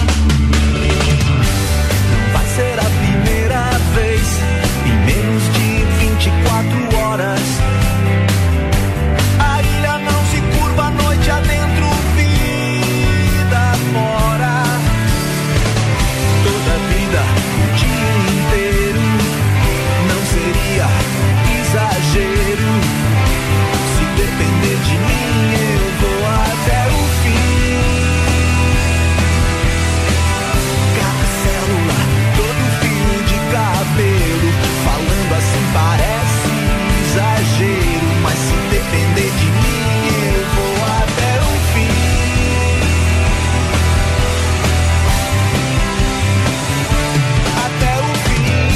Não vai ser a primeira vez em menos de vinte e quatro horas. A ilha não se curva, noite adentro, vida fora. Toda vida, o dia inteiro, não seria exagero. Se depender de mim, eu vou até o fim. Cada célula, todo fio de cabelo, falando assim parece exagero. Mas se depender de mim, eu vou até o fim. Até o fim.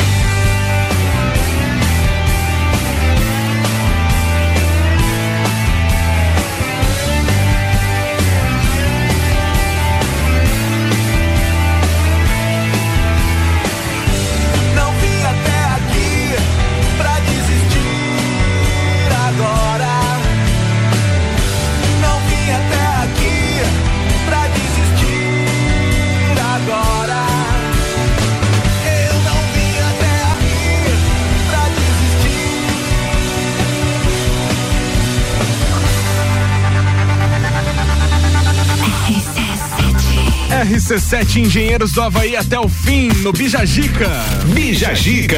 Não vim até aqui pra desistir agora. Não vim até aqui pra desistir agora. Eu não vim até aqui pra R C sete Engenheiros do Havaí até o fim, no Bijagica. Bijagica.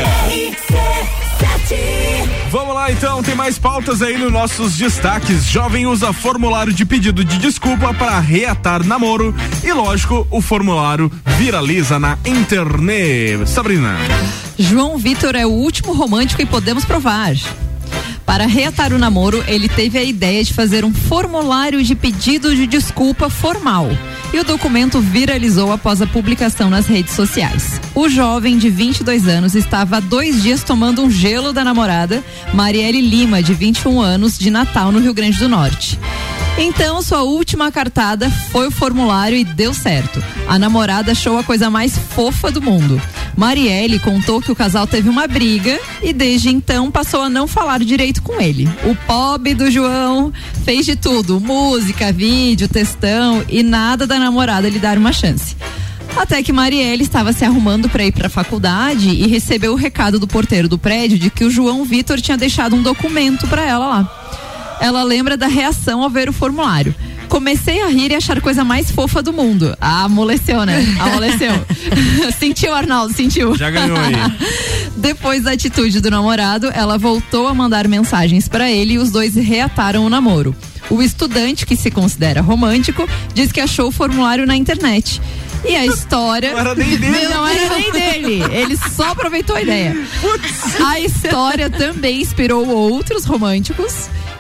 Vamos lá então, tem mais pautas aí nos nossos destaques. Jovem usa formulário de pedido de desculpa para reatar namoro e, lógico, o formulário viraliza na internet. Sabrina. João Vitor é o último romântico e podemos provar. Para reatar o namoro, ele teve a ideia de fazer um formulário de pedido de desculpa formal. E o documento viralizou após a publicação nas redes sociais. O jovem de vinte e dois anos estava há dois dias tomando um gelo da namorada, Marielle Lima, de vinte e um anos, de Natal, no Rio Grande do Norte. Então, sua última cartada foi o formulário e deu certo. A namorada achou a coisa mais fofa do mundo. Marielle contou que o casal teve uma briga e desde então passou a não falar direito com ele. O pobre do João fez de tudo, música, vídeo, textão e nada da namorada lhe dar uma chance. Até que Marielle estava se arrumando para ir para a faculdade e recebeu o recado do porteiro do prédio de que o João Vitor tinha deixado um documento para ela lá. Ela lembra da reação ao ver o formulário. Comecei a rir e achar a coisa mais fofa do mundo. Ah, amoleceu, né? Amoleceu. Sentiu, Arnaldo, sentiu. Já ganhou aí. Depois da atitude do namorado, ela voltou a mandar mensagens para ele e os dois reataram o namoro. O estudante, que se considera romântico, diz que achou o formulário na internet. E a história... Não era nem dele. Não era nem dele. Ele só aproveitou a ideia. A história também inspirou outros românticos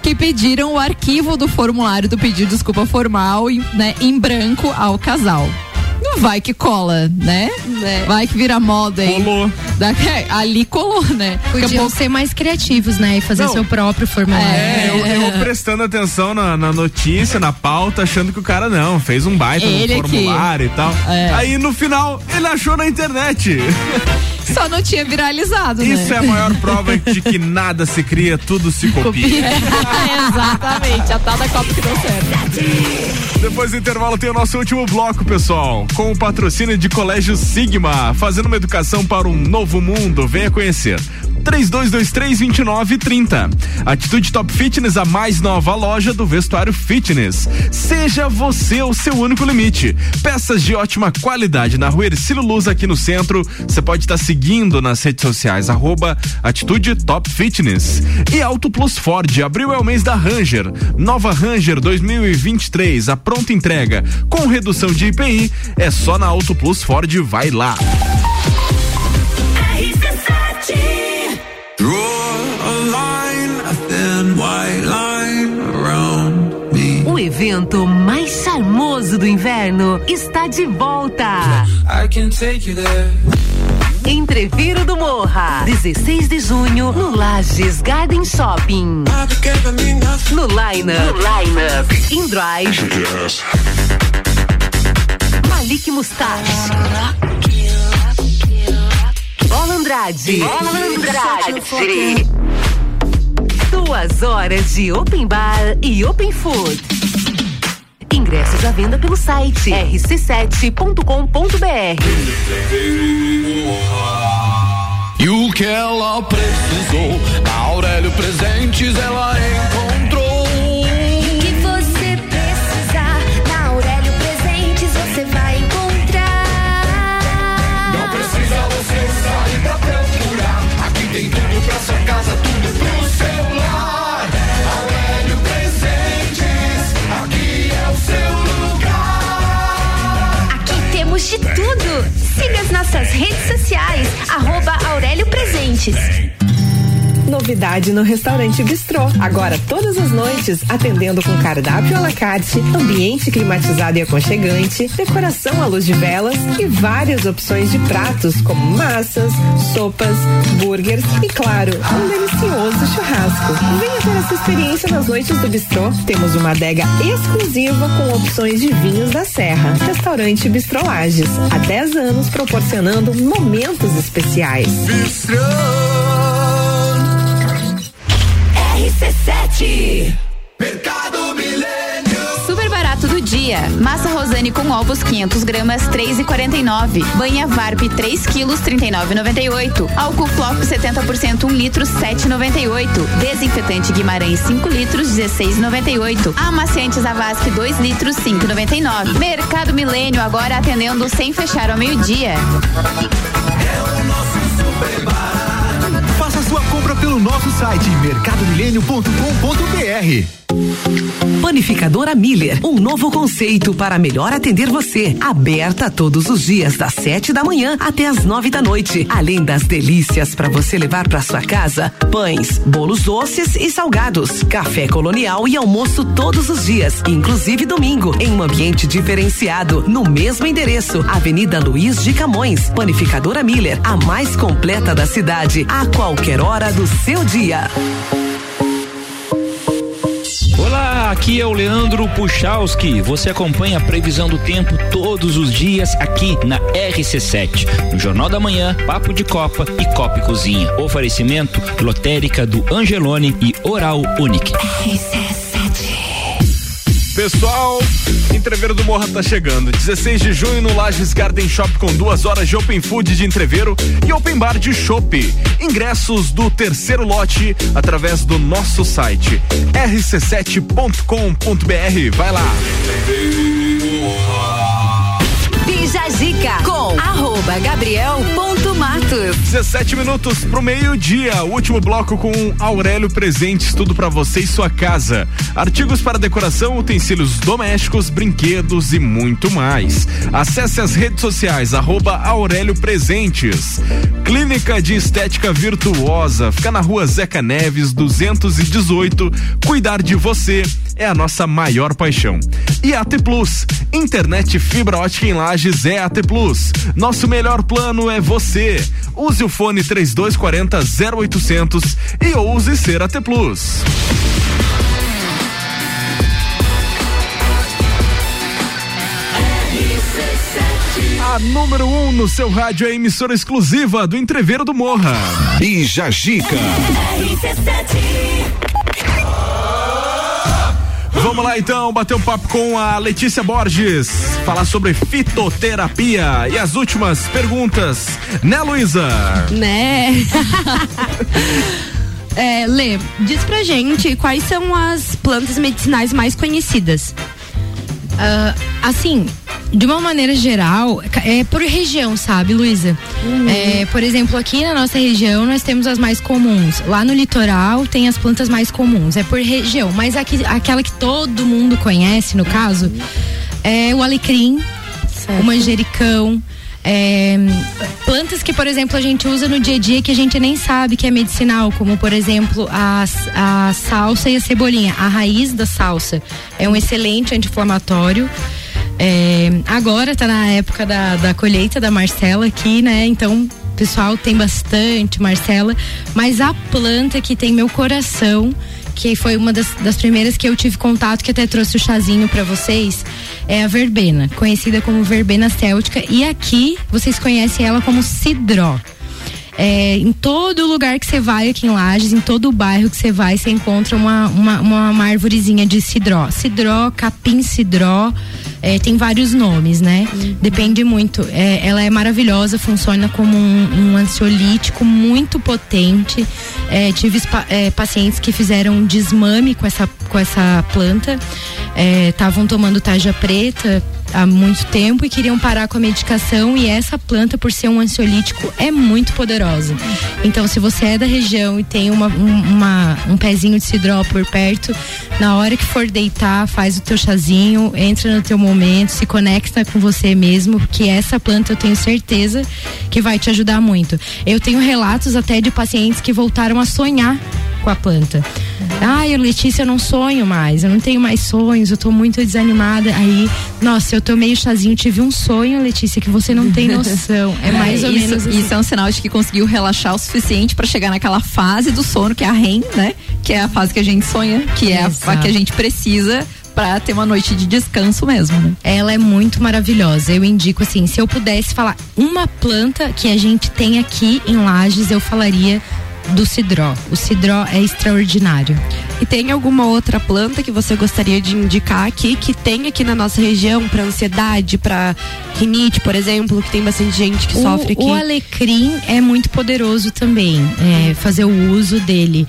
que pediram o arquivo do formulário do pedido de desculpa formal, né, em branco ao casal. Não vai que cola, né? É. Vai que vira moda aí. Colou. Da, ali colou, né? Podiam pouco... ser mais criativos, né? E fazer Não. seu próprio formulário. É, eu, eu prestando atenção na, na notícia, na pauta, achando que o cara não, fez um baita no formulário aqui. E tal. É. Aí no final, ele achou na internet. Só não tinha viralizado, né? Isso é a maior prova de que nada se cria, tudo se copia. copia. Exatamente, a tal da copa que deu certo. Depois do intervalo tem o nosso último bloco, pessoal, com o patrocínio de Colégio Sigma, fazendo uma educação para um novo mundo. Venha conhecer. três dois dois três, dois nove três zero. Atitude Top Fitness, a mais nova loja do vestuário fitness. Seja você o seu único limite. Peças de ótima qualidade na rua Ercílio Luz, aqui no centro. Você pode estar seguindo nas redes sociais, arroba Atitude Top Fitness. E Auto Plus Ford, abril é o mês da Ranger. Nova Ranger dois mil e vinte e três, a pronta entrega com redução de I P I. É só na Auto Plus Ford, vai lá. O evento mais charmoso do inverno está de volta. Entreviro do Morra, dezesseis de junho, no Lages Garden Shopping. No line-up, no line-up, In Drive, Malik Mustache, Bola Andrade, Bola Andrade. Duas horas de open bar e open food. Ingressos à venda pelo site r c sete ponto com ponto b r. E o que ela precisou, na Aurélio Presentes ela encontrou. O que você precisar, na Aurélio Presentes você vai encontrar. Não precisa você sair pra procurar, aqui tem tudo pra sua casa, tudo pro seu lar. Aurélio Presentes, aqui é o seu lugar. Aqui temos de tudo. Siga as nossas redes sociais, arroba Aurélio Presentes. Novidade no restaurante Bistrô. Agora todas as noites, atendendo com cardápio à la carte, ambiente climatizado e aconchegante, decoração à luz de velas e várias opções de pratos como massas, sopas, burgers e, claro, um delicioso churrasco. Venha ter essa experiência nas noites do Bistrô. Temos uma adega exclusiva com opções de vinhos da Serra. Restaurante Bistrô Lages. Há dez anos proporcionando momentos especiais. Bistrô R C sete Mercado Milênio. Super barato do dia. Massa Rosane com ovos quinhentas gramas, três e quarenta e nove. Banha Varp três quilos, trinta e nove e noventa e oito. Álcool Floco setenta por cento, um litro, sete e noventa e oito. Desinfetante Guimarães cinco litros, dezesseis e noventa e oito. Amaciante Zavascki dois litros, cinco e noventa e nove. Mercado Milênio agora atendendo sem fechar ao meio-dia. É o nosso super barato. Faça sua compra pelo nosso site mercado milênio ponto com ponto b r. Panificadora Miller, um novo conceito para melhor atender você. Aberta todos os dias das sete da manhã até as nove da noite. Além das delícias para você levar para sua casa, pães, bolos doces e salgados, café colonial e almoço todos os dias, inclusive domingo, em um ambiente diferenciado, no mesmo endereço, Avenida Luiz de Camões. Panificadora Miller, a mais completa da cidade, a qualquer hora do seu dia. Olá, aqui é o Leandro Puchalski. Você acompanha a previsão do tempo todos os dias aqui na R C sete. No Jornal da Manhã, Papo de Copa e Copa e Cozinha. Oferecimento lotérica do Angelone e Oral Unique. R C sete. Pessoal, Entreveiro do Morra tá chegando. dezesseis de junho no Lages Garden Shop com duas horas de Open Food de Entreveiro e Open Bar de Chopp. Ingressos do terceiro lote através do nosso site r c sete ponto com ponto b r. Vai lá. Bija Zica com arroba Gabriel ponto Matos. dezessete minutos pro meio-dia. Último bloco com Aurélio Presentes, tudo pra você e sua casa. Artigos para decoração, utensílios domésticos, brinquedos e muito mais. Acesse as redes sociais, arroba Aurélio Presentes. Clínica de Estética Virtuosa, fica na rua Zeca Neves, duzentos e dezoito. Cuidar de você é a nossa maior paixão. E A T Plus, internet fibra ótica em Lages é A T Plus. Nosso melhor plano é você. Use o fone trinta e dois quarenta, zero oitocentos e ouse ser A T Plus. A número um no seu rádio é a emissora exclusiva do Entreveiro do Morra. Bija Gica. Vamos lá então, bater um papo com a Letícia Borges, falar sobre fitoterapia e as últimas perguntas, né, Luísa? Né? é, Lê, diz pra gente quais são as plantas medicinais mais conhecidas. Uh, assim, de uma maneira geral, é por região, sabe, Luísa? Uhum. É, por exemplo, aqui na nossa região nós temos as mais comuns. Lá no litoral tem as plantas mais comuns, é por região. Mas aqui, aquela que todo mundo conhece, no caso, é o alecrim, certo. O manjericão. É, plantas que, por exemplo, a gente usa no dia a dia que a gente nem sabe que é medicinal, como por exemplo a, a salsa e a cebolinha. A raiz da salsa é um excelente anti-inflamatório. É, agora tá na época da, da colheita da Marcela aqui, né? Então, pessoal, tem bastante Marcela, mas a planta que tem meu coração, que foi uma das, das primeiras que eu tive contato, que até trouxe o chazinho pra vocês, é a verbena, conhecida como verbena céltica, e aqui vocês conhecem ela como cidró. É, em todo lugar que você vai aqui em Lages, em todo o bairro que você vai, você encontra uma, uma, uma, uma arvorezinha de cidró. Cidró, capim cidró, é, tem vários nomes, né? Uhum. Depende muito. É, ela é maravilhosa, funciona como um, um ansiolítico muito potente. É, tive é, pacientes que fizeram desmame com essa, com essa planta, estavam é, tomando tarja preta há muito tempo e queriam parar com a medicação, e essa planta, por ser um ansiolítico, é muito poderosa. Então, se você é da região e tem uma, um, uma, um pezinho de cidró por perto, na hora que for deitar, faz o teu chazinho, entra no teu momento, se conecta com você mesmo, porque essa planta eu tenho certeza que vai te ajudar muito. Eu tenho relatos até de pacientes que voltaram a sonhar com a planta. Ai, ah, Letícia, eu não sonho mais, eu não tenho mais sonhos, eu tô muito desanimada. Aí, nossa, eu tomei o chazinho, tive um sonho, Letícia, que você não tem noção. É mais é, ou isso, menos assim. Isso é um sinal de que conseguiu relaxar o suficiente para chegar naquela fase do sono, que é a R E M, né? Que é a fase que a gente sonha, que é a, a que a gente precisa pra ter uma noite de descanso mesmo, né? Ela é muito maravilhosa. Eu indico, assim, se eu pudesse falar uma planta que a gente tem aqui em Lages, eu falaria do cidró. O cidró é extraordinário. E tem alguma outra planta que você gostaria de indicar aqui, que tem aqui na nossa região, para ansiedade, para rinite, por exemplo, que tem bastante gente que o, sofre aqui? O alecrim é muito poderoso também, é, fazer o uso dele.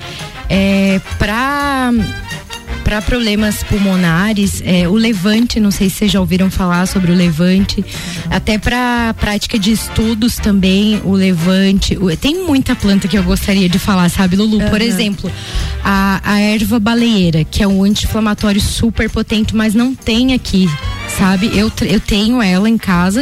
É, para para problemas pulmonares, é, o levante, não sei se vocês já ouviram falar sobre o levante, até para prática de estudos também, o levante, o, tem muita planta que eu gostaria de falar, sabe, Lulu? Uhum. Por exemplo, a, a erva baleeira, que é um anti-inflamatório super potente, mas não tem aqui, sabe? Eu, eu tenho ela em casa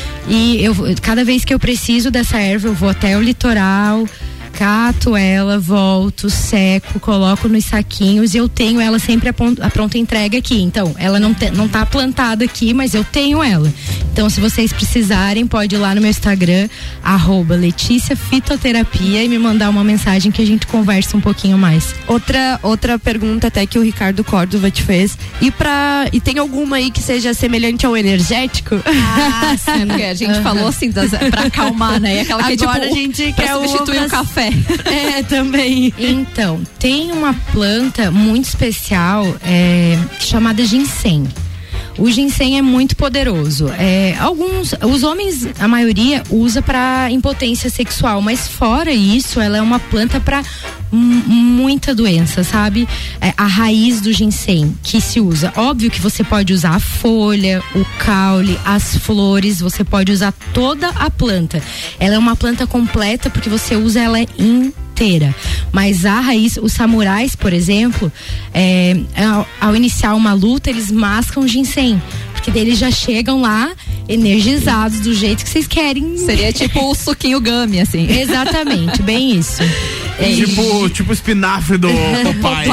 e eu, cada vez que eu preciso dessa erva, eu vou até o litoral, cato ela, volto, seco, coloco nos saquinhos e eu tenho ela sempre a, a pronta entrega aqui. Então, ela não, te, não tá plantada aqui, mas eu tenho ela. Então, se vocês precisarem, pode ir lá no meu Instagram, arroba Letícia Fitoterapia, e me mandar uma mensagem que a gente conversa um pouquinho mais. Outra, outra pergunta até que o Ricardo Córdova te fez. E, pra, e tem alguma aí que seja semelhante ao energético? Ah, sim, porque a gente uhum. falou assim, das, pra acalmar, né? E aquela que agora tipo, a gente quer substituir o café. É, também. Então, tem uma planta muito especial é, chamada ginseng. O ginseng é muito poderoso. É, alguns, os homens, a maioria, usa para impotência sexual, mas fora isso, ela é uma planta para muita doença, sabe? É, a raiz do ginseng que se usa. Óbvio que você pode usar a folha, o caule, as flores, você pode usar toda a planta. Ela é uma planta completa porque você usa ela inteira. Mas a raiz, os samurais, por exemplo, é, ao, ao iniciar uma luta, eles mascam ginseng. Porque daí eles já chegam lá energizados do jeito que vocês querem. Seria tipo o suquinho gummy, assim. Exatamente, bem isso. É, tipo, tipo espinafre do Popeye.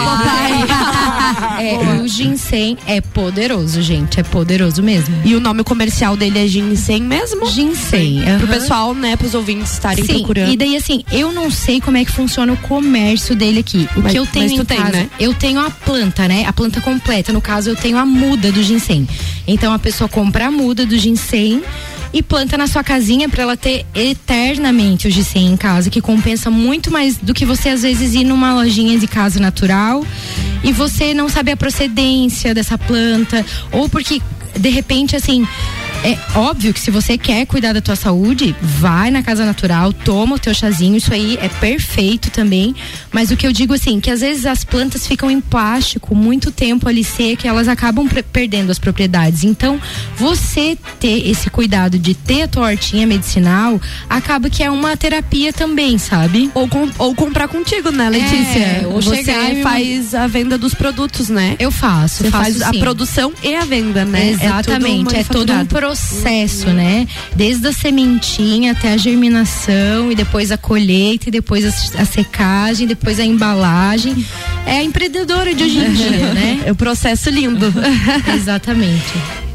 É, o ginseng é poderoso, gente. É poderoso mesmo. E o nome comercial dele é ginseng mesmo? Ginseng. Uhum. Pro pessoal, né, pros ouvintes estarem Sim, procurando. E daí, assim, eu não sei como é que funciona o comércio dele aqui. O mas, que eu tenho em tem, casa, né? eu tenho a planta, né? A planta completa. No caso, eu tenho a muda do ginseng. Então, a pessoa compra a muda do ginseng e planta na sua casinha para ela ter eternamente o ginseng em casa, que compensa muito mais do que você às vezes ir numa lojinha de casa natural e você não saber a procedência dessa planta, ou porque de repente, assim, é óbvio que se você quer cuidar da tua saúde, vai na casa natural, toma o teu chazinho, isso aí é perfeito também, mas o que eu digo assim, que às vezes as plantas ficam em plástico muito tempo ali seca e elas acabam perdendo as propriedades. Então, você ter esse cuidado de ter a tua hortinha medicinal, acaba que é uma terapia também, sabe? Ou, com, ou comprar contigo, né, Letícia? É, ou você chegar e faz a venda dos produtos, né? Eu faço, você faço faz a sim. produção e a venda, né? Exatamente, é todo um processo, uhum. né? Desde a sementinha até a germinação e depois a colheita e depois a, a secagem, depois a embalagem. É a empreendedora de hoje em dia, né? É um processo lindo. Exatamente.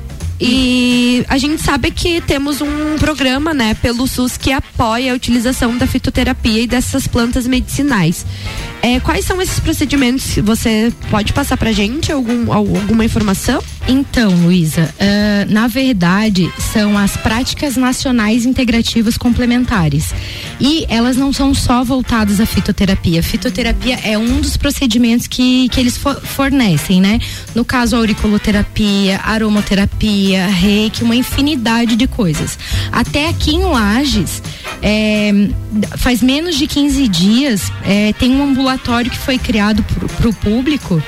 E a gente sabe que temos um programa, né, pelo SUS que apoia a utilização da fitoterapia e dessas plantas medicinais. É, quais são esses procedimentos? Você pode passar pra gente algum, alguma informação? Então, Luísa, uh, na verdade, são as práticas nacionais integrativas complementares. E elas não são só voltadas à fitoterapia. Fitoterapia é um dos procedimentos que, que eles for, fornecem, né? No caso, a auriculoterapia, aromaterapia, reiki, uma infinidade de coisas. Até aqui em Lages, é, faz menos de quinze dias, é, tem um ambulatório que foi criado para o público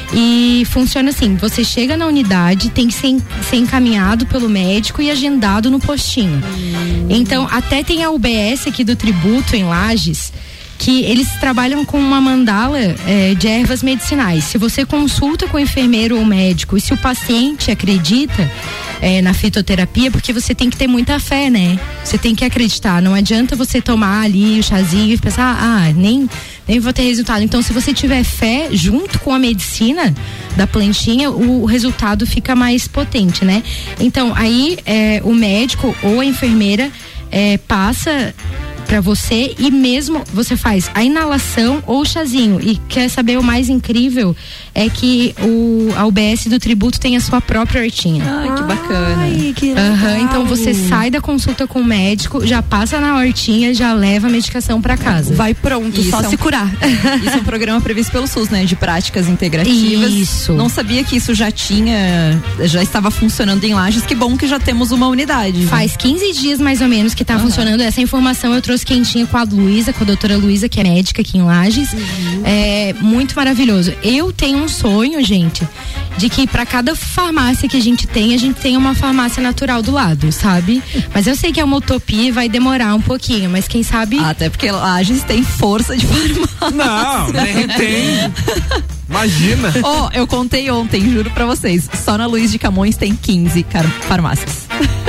e funciona assim, você chega na unidade, tem que ser, ser encaminhado pelo médico e agendado no postinho. Hum. Então, até tem a U B S aqui do Tributo em Lages, que eles trabalham com uma mandala é, de ervas medicinais. Se você consulta com o enfermeiro ou médico e se o paciente acredita é, na fitoterapia, porque você tem que ter muita fé, né? Você tem que acreditar. Não adianta você tomar ali o chazinho e pensar, ah, nem, nem vou ter resultado. Então, se você tiver fé junto com a medicina da plantinha, o, o resultado fica mais potente, né? Então, aí é, o médico ou a enfermeira é, passa para você e mesmo você faz a inalação ou o chazinho. E quer saber o mais incrível é que o a U B S do Tributo tem a sua própria hortinha. Ai, que bacana. Ai, que legal. Uhum, então você sai da consulta com o médico, já passa na hortinha, já leva a medicação para casa. Vai pronto, isso só é um, se curar. Isso é um programa previsto pelo SUS, né? De práticas integrativas. Isso. Não sabia que isso já tinha, já estava funcionando em Lages. Que bom que já temos uma unidade. Faz quinze dias mais ou menos que tá uhum. funcionando. Essa informação eu trouxe quentinha com a Luísa, com a doutora Luísa, que é médica aqui em Lages. Uhum. É muito maravilhoso. Eu tenho um sonho, gente, de que para cada farmácia que a gente tem, a gente tem uma farmácia natural do lado, sabe? Mas eu sei que é uma utopia e vai demorar um pouquinho, mas quem sabe... Até porque Lages tem força de farmácia. Não, nem tem. Imagina. Ó, oh, eu contei ontem, juro pra vocês, só na Luiz de Camões tem quinze farmácias.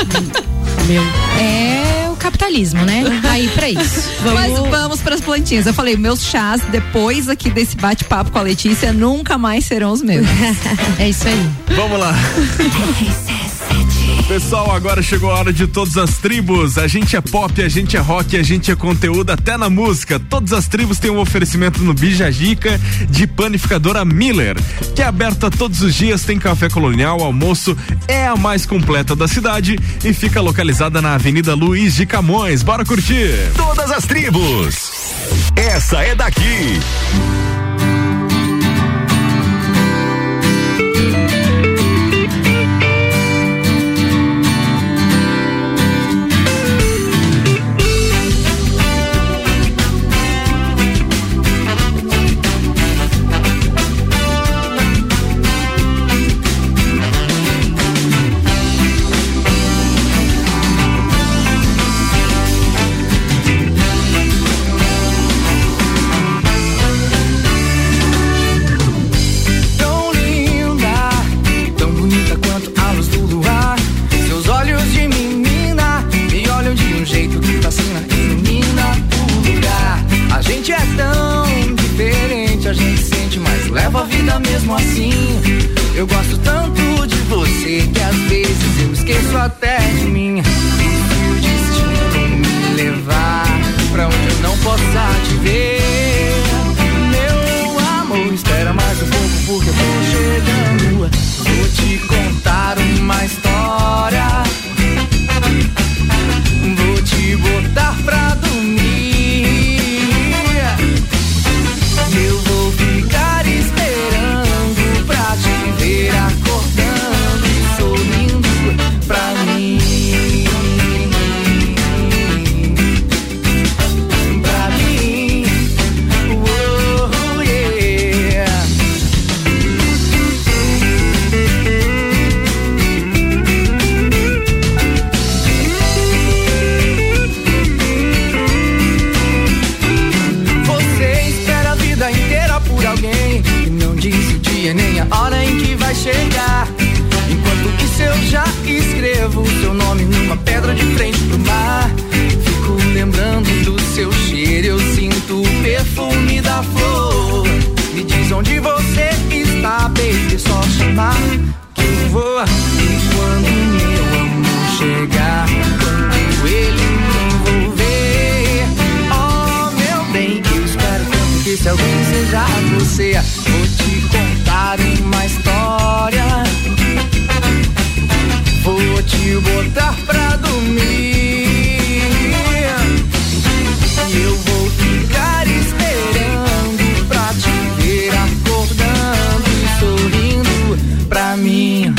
Meu. É o capitalismo, né? Aí pra isso. Vamos... Mas vamos pras plantinhas. Eu falei, meus chás, depois aqui desse bate-papo com a Letícia, nunca mais serão os mesmos. É isso aí. Vamos lá. Pessoal, agora chegou a hora de todas as tribos. A gente é pop, a gente é rock, a gente é conteúdo até na música. Todas as tribos têm um oferecimento no Bijagica de panificadora Miller, que é aberta todos os dias, tem café colonial, almoço, é a mais completa da cidade e fica localizada na Avenida Luiz de Camões. Bora curtir! Todas as tribos. Essa é daqui. você. Vou te contar uma história. Vou te botar pra dormir. E eu vou ficar esperando pra te ver acordando e sorrindo pra mim.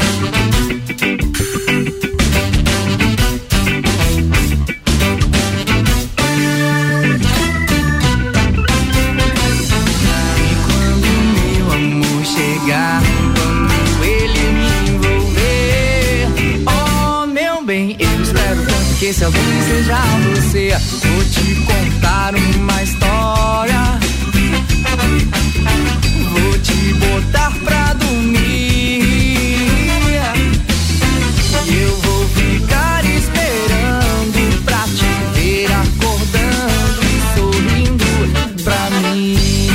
E quando meu amor chegar, quando ele me envolver, oh meu bem, eu espero tanto que esse alguém seja você. Vou te contar uma história. Vou te botar pra dormir. E eu vou ficar esperando pra te ver acordando e sorrindo pra mim.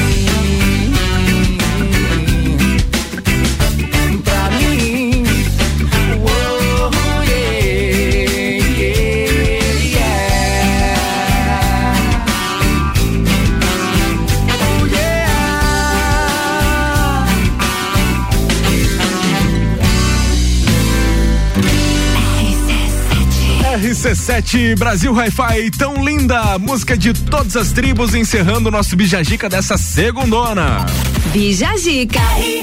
Pra mim. Oh, yeah, yeah, yeah. Oh, yeah. R C sete Brasil Hi-Fi, tão linda, música de todas as tribos, encerrando o nosso Bijagica dessa segundona. Bijagica.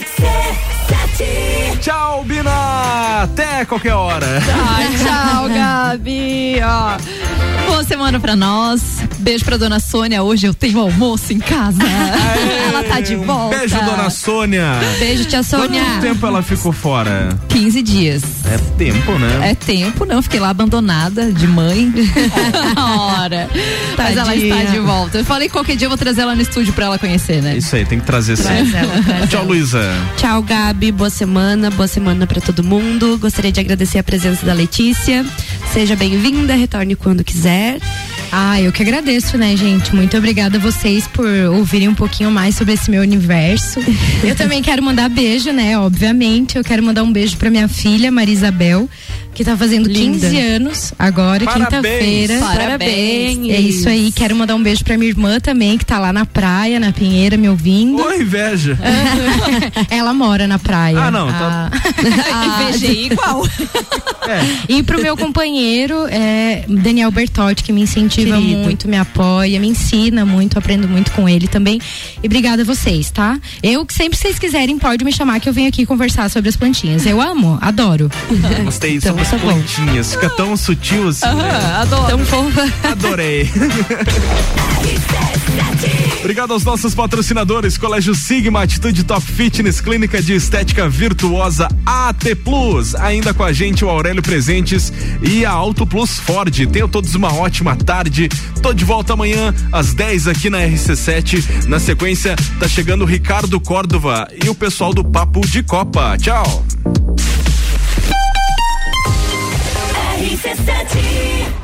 Tchau, Bina, até qualquer hora. Tchau, Gabi. Ó, boa semana pra nós. Beijo pra dona Sônia. Hoje eu tenho almoço em casa. Aê, ela tá de volta. Beijo, dona Sônia. Beijo, tia Sônia. Quanto tempo ela ficou fora? quinze dias. É tempo, né? É tempo, não. Fiquei lá abandonada de mãe. Hora. Mas ela está de volta. Eu falei que qualquer dia eu vou trazer ela no estúdio pra ela conhecer, né? Isso aí, tem que trazer sim. Traz ela, traz Tchau, ela. Luísa. Tchau, Gabi. Boa semana. Boa semana pra todo mundo. Gostaria de agradecer a presença da Letícia. Seja bem-vinda. Retorne quando quiser. Ah, eu que agradeço, né, gente? Muito obrigada a vocês por ouvirem um pouquinho mais sobre esse meu universo. Eu também quero mandar beijo, né? Obviamente, eu quero mandar um beijo pra minha filha, Maria Isabel, que tá fazendo Linda. quinze anos agora, quinta-feira. Parabéns. É isso aí. Quero mandar um beijo pra minha irmã também, que tá lá na praia, na Pinheira, me ouvindo. Ô, inveja. Ela mora na praia. Ah, não. Tá... Ah, invejei igual. É. E pro meu companheiro, é, Daniel Bertotti, que me incentiva Querido. muito, me apoia, me ensina muito, aprendo muito com ele também. E obrigada a vocês, tá? Eu, que sempre vocês quiserem, pode me chamar que eu venho aqui conversar sobre as plantinhas. Eu amo, adoro. Gostei, Então, sobre as tá bom. plantinhas. Fica tão sutil assim. Aham, Né? adoro. Tão fofa. Adorei. Obrigado aos nossos patrocinadores: Colégio Sigma, Atitude Top Fitness, Clínica de Estética Virtuosa A T Plus. Ainda com a gente o Aurélio Presentes e a Auto Plus Ford. Tenham todos uma ótima tarde. Tô de volta amanhã às dez aqui na R C sete. Na sequência, tá chegando o Ricardo Córdova e o pessoal do Papo de Copa. Tchau. R C sete